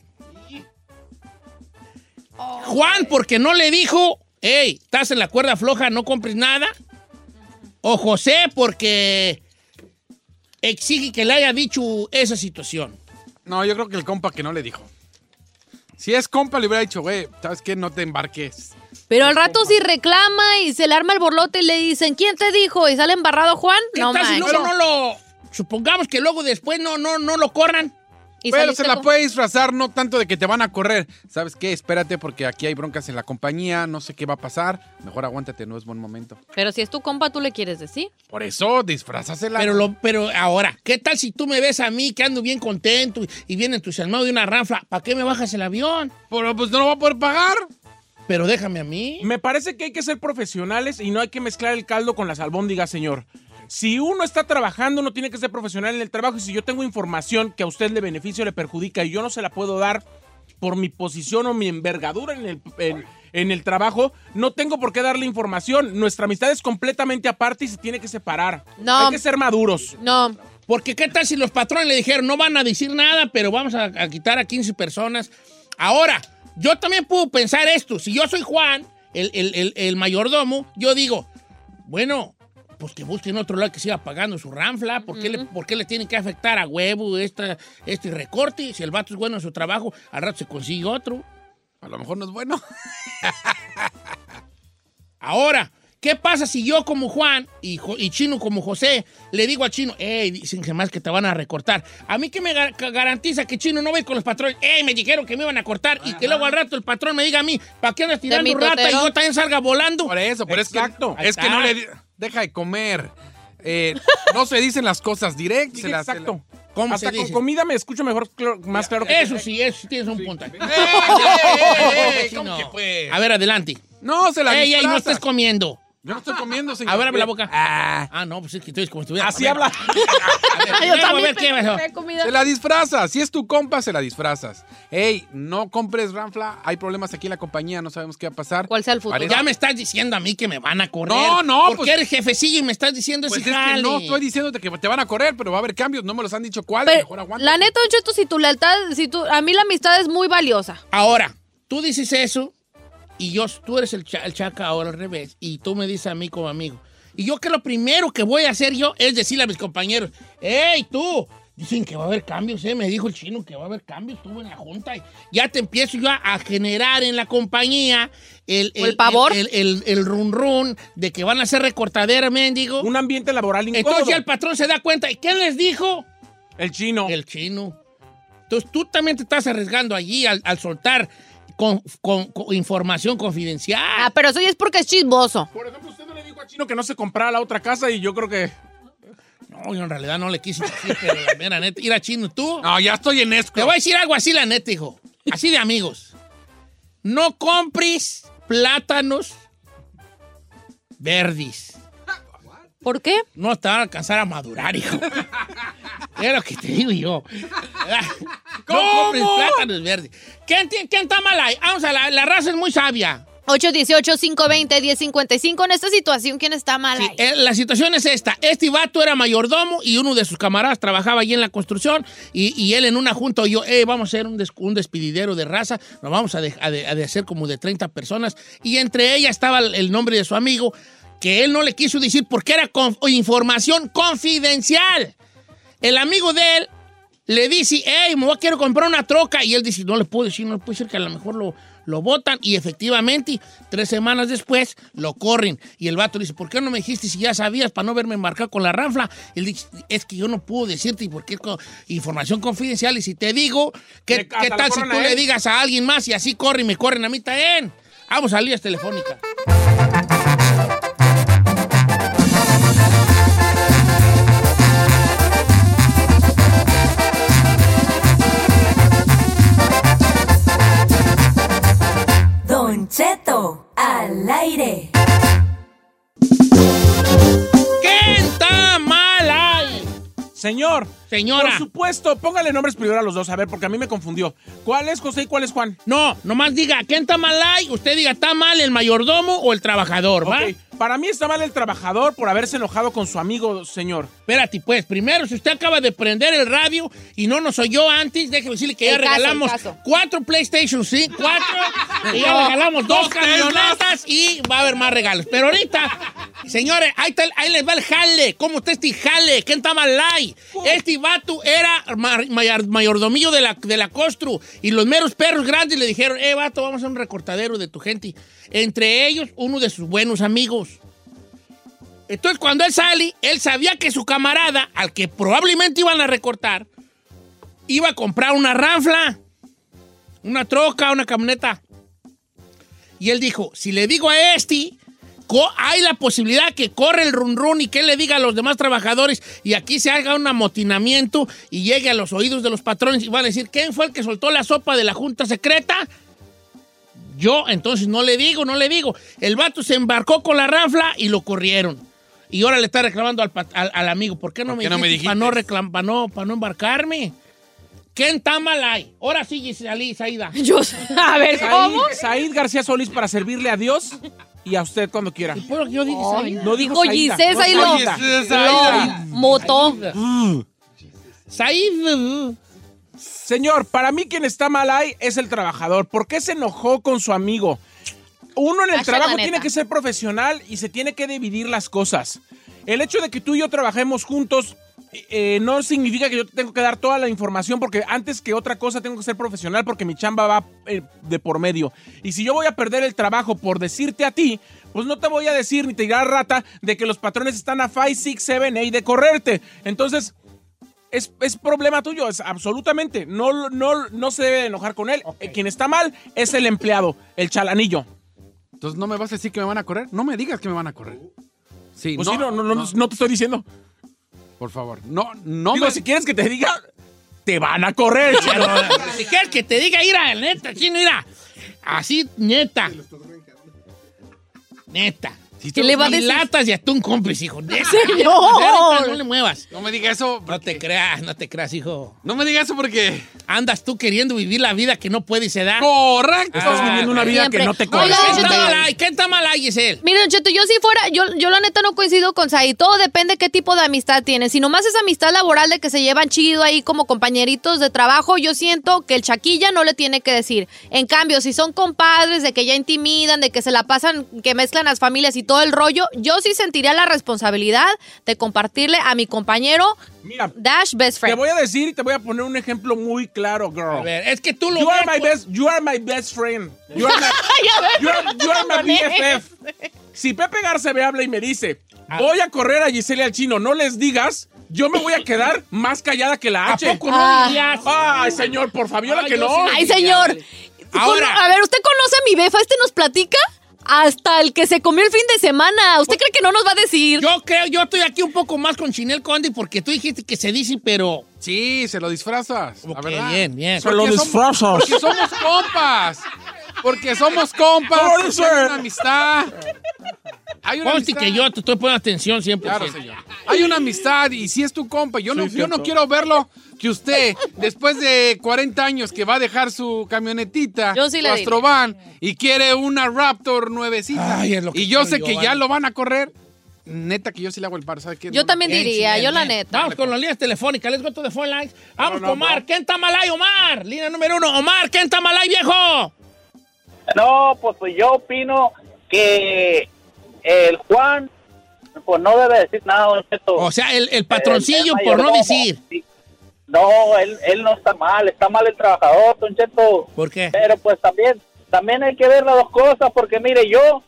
Speaker 4: Juan, porque no le dijo, hey, estás en la cuerda floja, no compres nada. o José porque exige que le haya dicho esa situación?
Speaker 6: No, yo creo que el compa que no le dijo. Si es compa, le hubiera dicho, güey, ¿sabes qué? No te embarques.
Speaker 5: Pero al rato si reclama y se le arma el borlote y le dicen, ¿quién te dijo? Y sale embarrado Juan.
Speaker 4: ¿Qué tal si luego no lo... Supongamos que luego después no lo corran?
Speaker 6: Pero se la puede disfrazar, no tanto de que te van a correr. ¿Sabes qué? Espérate porque aquí hay broncas en la compañía, no sé qué va a pasar. Mejor aguántate, no es buen momento.
Speaker 5: Pero si es tu compa, tú le quieres decir.
Speaker 6: Por eso, disfrázasela.
Speaker 4: Pero ahora, ¿qué tal si tú me ves a mí que ando bien contento y bien entusiasmado de una ranfla? ¿Para qué me bajas el avión?
Speaker 6: Pero pues no lo va a poder pagar.
Speaker 4: Pero déjame a mí.
Speaker 13: Me parece que hay que ser profesionales y no hay que mezclar el caldo con las albóndigas, señor. Si uno está trabajando, uno tiene que ser profesional en el trabajo. Y si yo tengo información que a usted le beneficia o le perjudica y yo no se la puedo dar por mi posición o mi envergadura en el trabajo, no tengo por qué darle información. Nuestra amistad es completamente aparte y se tiene que separar.
Speaker 5: No.
Speaker 13: Hay que ser maduros.
Speaker 5: No.
Speaker 4: Porque ¿qué tal si los patrones le dijeron, no van a decir nada, pero vamos a quitar a 15 personas? Ahora, yo también puedo pensar esto. Si yo soy Juan, el mayordomo, yo digo, bueno, pues que busquen otro lado que siga pagando su ranfla. ¿Por qué le tienen que afectar a huevo este recorte? Si el vato es bueno en su trabajo, al rato se consigue otro.
Speaker 6: A lo mejor no es bueno.
Speaker 4: Ahora, ¿qué pasa si yo como Juan y Chino como José le digo al Chino, dicen que más que te van a recortar? A mí que me garantiza que Chino no va a ir con los patrones, me dijeron que me iban a cortar. Ajá. Y que luego al rato el patrón me diga a mí, ¿para qué andas tirando rata y yo también salga volando?
Speaker 6: Por eso, pero exacto. Es que no le... Deja de comer. No se dicen las cosas directas.
Speaker 13: Exacto.
Speaker 4: ¿Cómo
Speaker 13: hasta
Speaker 4: se
Speaker 13: con
Speaker 4: dice?
Speaker 13: Comida me escucho mejor, más claro que...
Speaker 4: Eso sí tienes un punto.
Speaker 6: ¿Cómo que pues?
Speaker 4: A ver, adelante.
Speaker 6: No, se la disfraza.
Speaker 4: No estés comiendo.
Speaker 6: Yo no estoy comiendo, señor.
Speaker 4: A ver, abre la boca. No, pues es que tú eres como si estuviera...
Speaker 13: Así habla.
Speaker 4: A ver, ¿qué pasó?
Speaker 6: Se la disfrazas. Si es tu compa, se la disfrazas. No compres ranfla. Hay problemas aquí en la compañía. No sabemos qué va a pasar.
Speaker 5: ¿Cuál sea el futuro?
Speaker 4: Ya me estás diciendo a mí que me van a correr.
Speaker 6: No.
Speaker 4: Porque eres jefecillo y me estás diciendo
Speaker 6: pues
Speaker 4: ese
Speaker 6: es
Speaker 4: jale.
Speaker 6: que no estoy diciéndote que te van a correr, pero va a haber cambios. No me los han dicho cuáles. Mejor aguanta.
Speaker 5: La neta, Don Cheto, si tu lealtad... a mí la amistad es muy valiosa.
Speaker 4: Ahora, tú dices eso... Y tú eres el chaca ahora al revés. Y tú me dices a mí como amigo. Y yo que lo primero que voy a hacer yo es decirle a mis compañeros, ¡Ey, tú! Dicen que va a haber cambios, me dijo el Chino que va a haber cambios, estuve en la junta. Y ya te empiezo yo a generar en la compañía el
Speaker 5: pavor.
Speaker 4: El run de que van a hacer recortadera, mendigo.
Speaker 13: Un ambiente laboral incómodo.
Speaker 4: Entonces ya el patrón se da cuenta. ¿Y quién les dijo?
Speaker 13: El Chino.
Speaker 4: El Chino. Entonces tú también te estás arriesgando allí al soltar... Con información confidencial.
Speaker 5: Pero eso ya es porque es chismoso.
Speaker 13: Por ejemplo, usted no le dijo a Chino que no se comprara la otra casa y yo creo que...
Speaker 4: No, yo en realidad no le quise decir, pero la mera neta. Ir a Chino, ¿tú?
Speaker 6: No, ya estoy en esto.
Speaker 4: Te voy a decir algo así, la neta, hijo. Así de amigos. No compres plátanos verdes.
Speaker 5: ¿Por qué?
Speaker 4: No te van a alcanzar a madurar, hijo. Es lo que te digo yo.
Speaker 6: ¿Cómo?
Speaker 4: No compres plátanos verdes. ¿Quién está mal ahí? Vamos a la raza es muy sabia.
Speaker 5: 818-520-1055. En esta situación, ¿quién está mal ahí?
Speaker 4: La situación es esta. Este vato era mayordomo y uno de sus camaradas trabajaba allí en la construcción y él en una junta oyó, vamos a hacer un despididero de raza, nos vamos a hacer como de 30 personas y entre ellas estaba el nombre de su amigo que él no le quiso decir porque era información confidencial. El amigo de él le dice, quiero comprar una troca. Y él dice, no le puedo decir que a lo mejor lo botan. Y efectivamente, 3 semanas después, lo corren. Y el vato dice, ¿por qué no me dijiste si ya sabías para no verme embarcar con la ranfla? Y él dice, es que yo no puedo decirte porque es información confidencial. Y si te digo, ¿qué tal si tú le digas a alguien más y así corren y me corren a mí también? Vamos a líneas telefónicas.
Speaker 7: Don Cheto al aire.
Speaker 4: ¿Quién está mal ahí?
Speaker 13: Señora. Por supuesto, póngale nombres primero a los dos, a ver, porque a mí me confundió. ¿Cuál es José y cuál es Juan?
Speaker 4: No, nomás diga, ¿quién está mal ahí? Usted diga, ¿está mal el mayordomo o el trabajador, va?
Speaker 13: Okay. Para mí está mal el trabajador por haberse enojado con su amigo, señor.
Speaker 4: Espérate, pues, primero, si usted acaba de prender el radio y no nos oyó antes, déjeme decirle que ya regalamos 4 PlayStation 5, 4, y ya regalamos 2 camionetas y va a haber más regalos. Pero ahorita, Señores, ahí les va el jale. ¿Cómo está este jale? ¿Quién está mal ahí? Este vato era mayordomillo de la Costru. Y los meros perros grandes le dijeron, vato, vamos a un recortadero de tu gente. Entre ellos, uno de sus buenos amigos. Entonces, cuando él sale, él sabía que su camarada, al que probablemente iban a recortar, iba a comprar una ranfla, una troca, una camioneta. Y él dijo, si le digo a este, hay la posibilidad que corre el run y que él le diga a los demás trabajadores y aquí se haga un amotinamiento y llegue a los oídos de los patrones y van a decir, ¿quién fue el que soltó la sopa de la junta secreta? Yo, entonces no le digo. El vato se embarcó con la ranfla y lo corrieron. Y ahora le está reclamando al amigo, ¿por qué no me dijiste? Para no embarcarme. ¿Quién está mal ahí? Ahora sí, Saída.
Speaker 5: A ver, ¿cómo?
Speaker 13: Said García Solís para servirle a Dios y a usted cuando quiera.
Speaker 4: ¿Por qué yo dije Saída?
Speaker 13: No dijo
Speaker 5: Oye,
Speaker 13: Saída.
Speaker 5: ahí lo motó.
Speaker 4: Said.
Speaker 13: Señor, para mí quien está mal ahí es el trabajador. ¿Por qué se enojó con su amigo? Uno en el trabajo tiene que ser profesional y se tiene que dividir las cosas. El hecho de que tú y yo trabajemos juntos no significa que yo te tengo que dar toda la información, porque antes que otra cosa tengo que ser profesional porque mi chamba va de por medio. Y si yo voy a perder el trabajo por decirte a ti, pues no te voy a decir ni te dirá rata de que los patrones están a 5, 6, 7, 8 de correrte. Entonces, es problema tuyo, es absolutamente. No se debe enojar con él. Okay. Quien está mal es el empleado, el chalanillo.
Speaker 6: Entonces, ¿no me vas a decir que me van a correr? No me digas que me van a correr. Sí,
Speaker 13: pues no te estoy diciendo.
Speaker 6: Por favor,
Speaker 13: Digo, si quieres que te diga, te van a correr.
Speaker 4: Si quieres que te diga, mira, neta, chino, mira. Así, neta.
Speaker 5: ¿Qué le va a decir?
Speaker 4: Latas y atún cómplice, hijo.
Speaker 5: ¡Señor!
Speaker 4: No le muevas.
Speaker 6: No me diga eso.
Speaker 4: No te creas, hijo.
Speaker 6: No me diga eso porque
Speaker 4: andas tú queriendo vivir la vida que no puedes se da.
Speaker 6: Correcto.
Speaker 13: Estás viviendo una vida que no te corresponde.
Speaker 4: ¿Qué está mal ahí, Giselle?
Speaker 5: Mire, Don Cheto, yo si fuera, yo la neta no coincido con Said. Todo depende qué tipo de amistad tienes. Si nomás es amistad laboral de que se llevan chido ahí como compañeritos de trabajo, yo siento que el chaquilla no le tiene que decir. En cambio, si son compadres de que ya intimidan, de que se la pasan, que mezclan las familias y todo el rollo, yo sí sentiría la responsabilidad de compartirle a mi compañero Dash best friend.
Speaker 13: Te voy a decir y te voy a poner un ejemplo muy claro, girl.
Speaker 4: A ver, es que tú lo
Speaker 13: You are my best friend. You are my BFF. Si Pepe Garza me habla y me dice, voy a correr a Giselle y al Chino, no les digas, yo me voy a quedar más callada que la H.
Speaker 4: ¿A poco no dirías?
Speaker 13: Ay, señor, por Fabiola, que no.
Speaker 5: Ay, señor. Ahora, a ver, ¿usted conoce a mi befa? ¿Nos platica? Hasta el que se comió el fin de semana. ¿Usted cree que no nos va a decir?
Speaker 4: Yo estoy aquí un poco más con Chinel Condi porque tú dijiste que se dice, pero...
Speaker 6: Sí, se lo disfrazas, la verdad.
Speaker 4: Bien.
Speaker 13: Se lo disfrazas.
Speaker 6: Porque somos compas. Porque somos compas. Hay una amistad.
Speaker 4: Consti que yo te estoy poniendo atención siempre.
Speaker 6: Claro, señor. Hay una amistad y si es tu compa, yo no quiero verlo que usted, después de 40 años que va a dejar su camionetita, su Astrovan, y quiere una Raptor nuevecita, y yo sé que ya lo van a correr, neta que yo sí le hago el paro, ¿sabes qué?
Speaker 5: Yo también diría, yo la neta.
Speaker 4: Vamos con las líneas telefónicas, let's go to the phone lines. Vamos con Omar, ¿quién está mal ahí, Omar? Línea número 1, Omar, ¿quién está mal ahí, viejo?
Speaker 16: No, pues yo opino que el Juan, pues no debe decir nada, Don Cheto.
Speaker 4: O sea, el patroncillo por no decir.
Speaker 16: Sí. No, él no está mal el trabajador, Don Cheto.
Speaker 4: ¿Por qué?
Speaker 16: Pero pues también hay que ver las dos cosas, porque mire, yo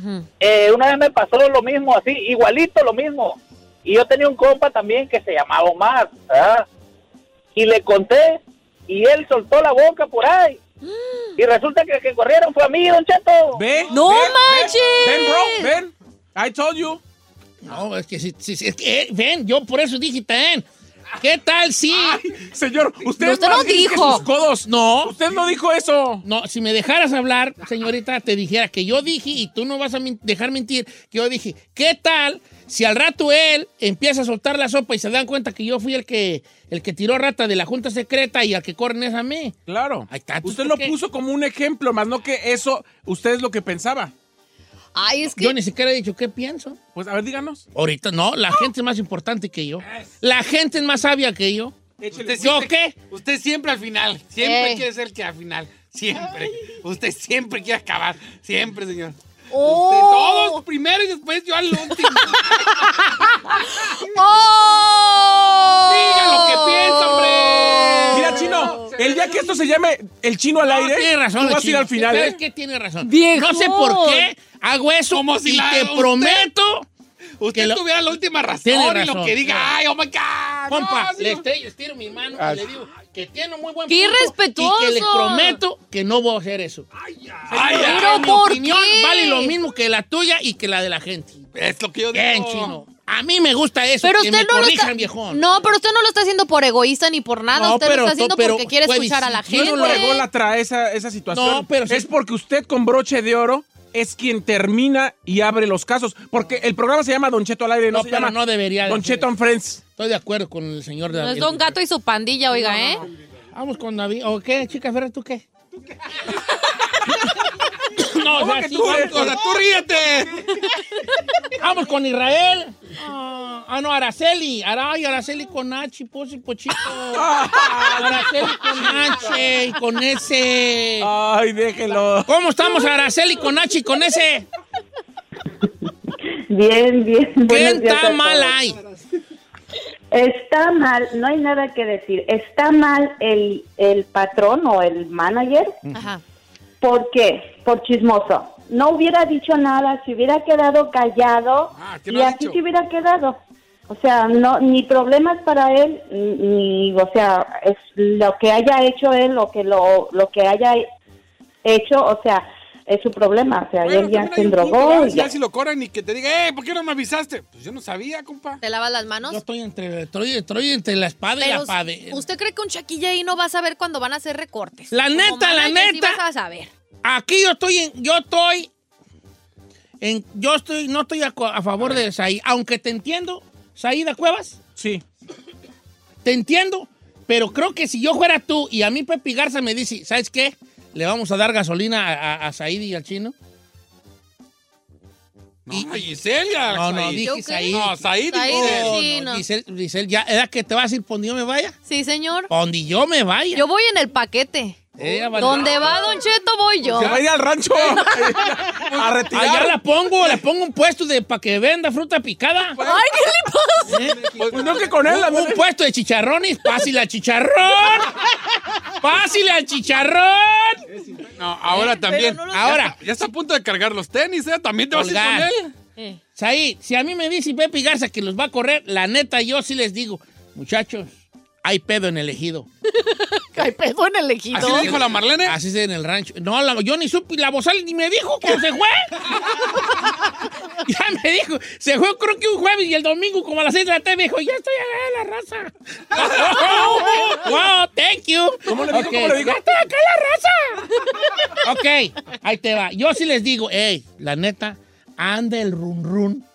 Speaker 16: una vez me pasó lo mismo, así, igualito lo mismo. Y yo tenía un compa también que se llamaba Omar, ¿verdad? Y le conté, y él soltó la boca por ahí. Y resulta que corrieron fue a mí, Don Cheto.
Speaker 5: ¡No manches!
Speaker 13: Ven, bro, ven. I told you.
Speaker 4: No, es que ven, yo por eso dije, ¿qué tal si?
Speaker 13: Ay, señor, usted
Speaker 5: no dijo.
Speaker 13: Sus codos.
Speaker 4: No.
Speaker 13: Usted no dijo eso.
Speaker 4: No, si me dejaras hablar, señorita, te dijera que yo dije, y tú no vas a dejar mentir, que yo dije, ¿qué tal si al rato él empieza a soltar la sopa y se dan cuenta que yo fui el que tiró rata de la junta secreta y al que corren es a mí?
Speaker 13: Claro.
Speaker 4: Ahí está,
Speaker 13: usted lo puso como un ejemplo, más no que eso, usted es lo que pensaba.
Speaker 5: Ay, es que...
Speaker 4: Yo ni siquiera he dicho qué pienso.
Speaker 13: Pues, a ver, díganos.
Speaker 4: Ahorita, no, la gente es más importante que yo. La gente es más sabia que yo. ¿Yo qué?
Speaker 6: Usted siempre al final. Siempre quiere ser el que al final. Siempre. Usted siempre quiere acabar. Siempre, señor. Todos primero y después yo al último. Diga lo que piensa, hombre.
Speaker 13: Mira, Chino, el día que esto se llame El Chino al aire,
Speaker 4: tiene razón,
Speaker 13: tú vas a ir al final,
Speaker 4: ¿Sabes qué? Tiene razón.
Speaker 5: ¡Viejón!
Speaker 4: No sé por qué hago eso y te prometo...
Speaker 6: Usted tuviera la última razón.
Speaker 4: Tiene
Speaker 6: y
Speaker 4: razón.
Speaker 6: lo que diga, ay, oh my God.
Speaker 4: Compa,
Speaker 6: no,
Speaker 4: le estiro mi mano y le digo que tiene un muy buen
Speaker 5: ¡Qué
Speaker 4: punto
Speaker 5: irrespetuoso!
Speaker 4: y que les prometo que no voy a hacer eso.
Speaker 5: ¿Pero
Speaker 4: mi
Speaker 5: por
Speaker 4: opinión
Speaker 5: qué?
Speaker 4: vale lo mismo que la tuya y que la de la gente.
Speaker 6: Es lo que yo digo.
Speaker 4: Bien, Chino. A mí me gusta eso,
Speaker 5: Pero
Speaker 4: que
Speaker 5: usted
Speaker 4: me
Speaker 5: no lo
Speaker 4: corrijan,
Speaker 5: está...
Speaker 4: viejón.
Speaker 5: No, pero usted no lo está haciendo por egoísta ni por nada.
Speaker 4: No,
Speaker 5: Usted
Speaker 4: pero-
Speaker 5: lo está haciendo
Speaker 4: pero
Speaker 5: porque quiere
Speaker 4: fue
Speaker 5: escuchar a la
Speaker 4: visita.
Speaker 5: gente.
Speaker 13: No es por ególatra esa situación.
Speaker 4: No, pero sí.
Speaker 13: es porque usted con broche de oro es quien termina y abre los casos. Porque el programa se llama Don Cheto al aire, no se
Speaker 4: pero
Speaker 13: llama
Speaker 4: no debería de
Speaker 13: Don
Speaker 4: ser
Speaker 13: Cheto and Friends.
Speaker 4: Estoy de acuerdo con el señor
Speaker 5: No
Speaker 4: David.
Speaker 5: es Don Gato y su pandilla, oiga, ¿eh?
Speaker 4: Vamos con David. ¿O qué, chica Ferrer, tú qué? No,
Speaker 6: ¿Cómo que tú, tú ríete?
Speaker 4: Vamos con Israel. No, Araceli. Araceli con H, y Pochito. Araceli con H y con S.
Speaker 13: Ay, déjelo.
Speaker 4: ¿Cómo estamos, Araceli con H y con S?
Speaker 17: Bien.
Speaker 4: ¿Qué está mal ahí?
Speaker 17: Está mal, no hay nada que decir. Está mal el patrón o el manager.
Speaker 5: Ajá.
Speaker 17: ¿Por qué? Por chismoso. No hubiera dicho nada, se hubiera quedado callado
Speaker 6: ¿qué
Speaker 17: y
Speaker 6: no ha
Speaker 17: así
Speaker 6: dicho?
Speaker 17: se hubiera quedado. O sea, no, ni problemas para él, ni, o sea, es lo que haya hecho él, lo que haya hecho, o sea, es su problema. O sea, él ya se endrogó.
Speaker 6: Ya si lo corren y que te diga, ¿por qué no me avisaste? Pues yo no sabía, compa.
Speaker 5: ¿Te lavas las manos?
Speaker 4: Yo estoy entre la espada y la pared.
Speaker 5: ¿Usted cree que un chaquilla ahí no va a saber cuando van a hacer recortes?
Speaker 4: La
Speaker 5: Como
Speaker 4: neta,
Speaker 5: manager, sí vas a saber.
Speaker 4: Aquí no estoy a favor de Saí, aunque te entiendo, Saída Cuevas.
Speaker 13: Sí.
Speaker 4: Te entiendo, pero creo que si yo fuera tú y a mí Pepe Garza me dice, ¿sabes qué? Le vamos a dar gasolina a Said y al Chino.
Speaker 6: No, Giselle.
Speaker 4: No, dije Said.
Speaker 6: No, Said
Speaker 5: y
Speaker 4: no, Giselle, ¿ya era que te vas a ir por donde yo me vaya?
Speaker 5: Sí, señor.
Speaker 4: Donde yo me vaya.
Speaker 5: Yo voy en el paquete. Donde va Don Cheto voy yo.
Speaker 13: Se va a ir al rancho a retirar.
Speaker 4: Allá le pongo un puesto para que venda fruta picada.
Speaker 5: Ay, ¿qué le pasa?
Speaker 13: Pues no que con él.
Speaker 4: Un puesto de chicharrones. Pásale al chicharrón. Pásale al chicharrón.
Speaker 6: No, ahora también.
Speaker 4: Ahora.
Speaker 6: Ya está a punto de cargar los tenis, ¿eh? ¿También te vas a ir con él?
Speaker 4: Saí, si a mí me dice Pepe Garza que los va a correr, la neta yo sí les digo, muchachos, hay pedo en el ejido.
Speaker 5: ¿Hay pedo en el ejido?
Speaker 6: ¿Así le dijo la Marlene?
Speaker 4: Así es en el rancho. No, yo ni supe, la Bozal ni me dijo cómo se fue. Ya me dijo, se fue creo que un jueves y el domingo como a las 6 de la tarde me dijo, ya estoy acá en la raza. Wow, thank you.
Speaker 13: ¿Cómo le dijo?
Speaker 4: Okay,
Speaker 13: ¿Cómo le dijo?
Speaker 4: ya estoy acá en la raza. Ok, ahí te va. Yo sí les digo, la neta, anda el run.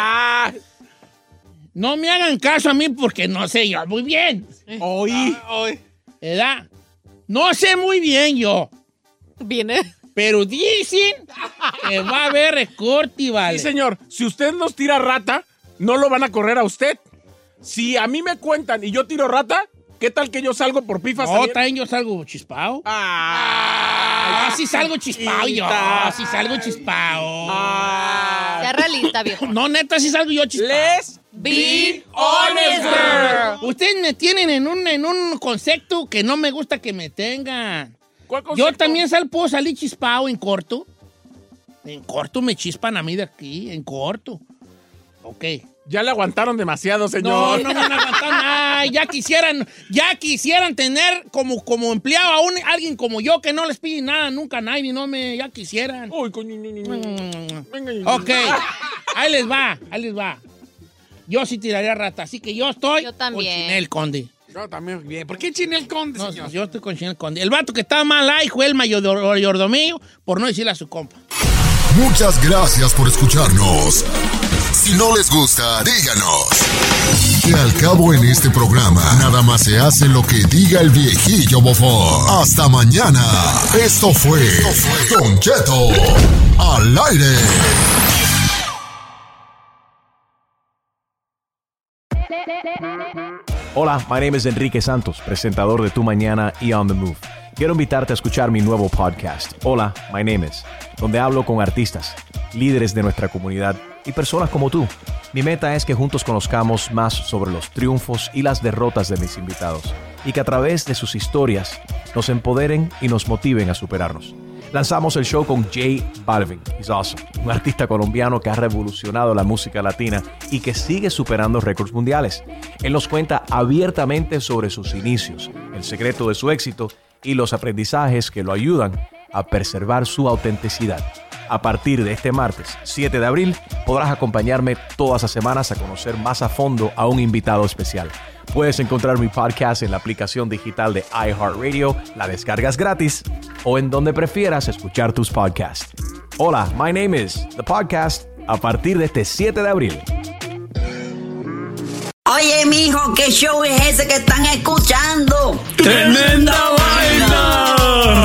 Speaker 4: No me hagan caso a mí porque no sé yo muy bien.
Speaker 13: Hoy.
Speaker 4: ¿Verdad? No sé muy bien yo.
Speaker 5: Viene.
Speaker 4: Pero dicen que va a haber recorte, vale.
Speaker 13: Sí, señor. Si usted nos tira rata, no lo van a correr a usted. Si a mí me cuentan y yo tiro rata, ¿qué tal que yo salgo por pifas?
Speaker 4: No, también yo salgo chispao. Sí salgo chispao yo. Sí salgo chispao.
Speaker 5: Sea realista, viejo.
Speaker 4: No, neta, sí salgo yo chispao.
Speaker 13: Let's be honest, girl.
Speaker 4: Ustedes me tienen en un concepto que no me gusta que me tengan.
Speaker 13: ¿Cuál concepto?
Speaker 4: Yo también puedo salir chispao en corto. En corto me chispan a mí de aquí, en corto. Ok.
Speaker 13: Ya le aguantaron demasiado, señor.
Speaker 4: No me van a aguantar nada. Ya quisieran tener como empleado a alguien como yo que no les pide nada nunca a nadie. Ya quisieran.
Speaker 13: Uy, coño.
Speaker 4: Ok, ahí les va. Yo sí tiraría rata, así que yo estoy con Chinel Conde.
Speaker 6: Yo también, bien. ¿Por qué Chinel Conde, señor?
Speaker 4: Yo estoy con Chinel Conde. El vato que estaba mal ahí fue el mayordomillo, por no decirle a su compa.
Speaker 18: Muchas gracias por escucharnos. Si no les gusta, díganos. Que al cabo en este programa, nada más se hace lo que diga el viejillo bofón. Hasta mañana. Esto fue Don Cheto al aire.
Speaker 19: Hola, my name is Enrique Santos, presentador de Tu Mañana y On The Move. quiero invitarte a escuchar mi nuevo podcast, Hola, My Name Is, donde hablo con artistas, líderes de nuestra comunidad y personas como tú. Mi meta es que juntos conozcamos más sobre los triunfos y las derrotas de mis invitados y que a través de sus historias nos empoderen y nos motiven a superarnos. Lanzamos el show con J Balvin, he's awesome, un artista colombiano que ha revolucionado la música latina y que sigue superando récords mundiales. Él nos cuenta abiertamente sobre sus inicios, el secreto de su éxito y los aprendizajes que lo ayudan a preservar su autenticidad. A partir de este martes, 7 de abril, podrás acompañarme todas las semanas a conocer más a fondo a un invitado especial. Puedes encontrar mi podcast en la aplicación digital de iHeartRadio, la descargas gratis, o en donde prefieras escuchar tus podcasts. Hola, My Name Is, The Podcast, a partir de este 7 de abril.
Speaker 20: Oye, mijo, ¿qué show es ese que están escuchando?
Speaker 21: ¡Tremenda Vaina!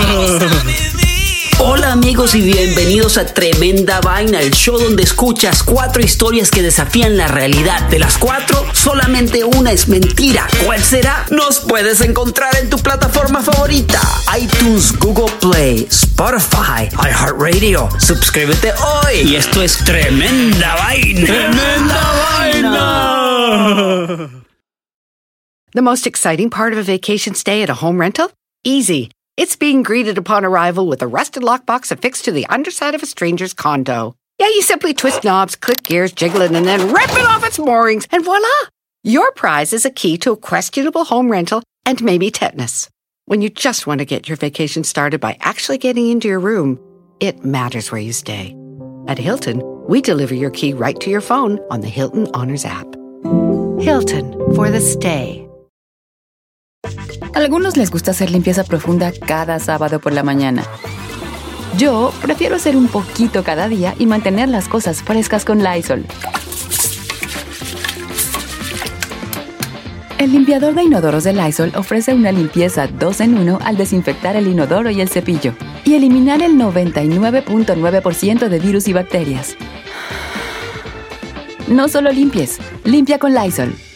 Speaker 20: Hola amigos y bienvenidos a Tremenda Vaina, el show donde escuchas 4 historias que desafían la realidad. De las 4, solamente una es mentira. ¿Cuál será? Nos puedes encontrar en tu plataforma favorita: iTunes, Google Play, Spotify, iHeartRadio. Suscríbete hoy. Y esto es Tremenda Vaina.
Speaker 21: ¡Tremenda Vaina!
Speaker 1: The most exciting part of a vacation stay at a home rental? Easy. It's being greeted upon arrival with a rusted lockbox affixed to the underside of a stranger's condo. Yeah, you simply twist knobs, click gears, jiggle it, and then rip it off its moorings, and voila! Your prize is a key to a questionable home rental and maybe tetanus. When you just want to get your vacation started by actually getting into your room, it matters where you stay. At Hilton, we deliver your key right to your phone on the Hilton Honors app. Hilton, for the stay.
Speaker 2: A algunos les gusta hacer limpieza profunda cada sábado por la mañana. Yo prefiero hacer un poquito cada día y mantener las cosas frescas con Lysol. El limpiador de inodoros de Lysol ofrece una limpieza 2 en 1 al desinfectar el inodoro y el cepillo y eliminar el 99.9% de virus y bacterias. No solo limpies, limpia con Lysol.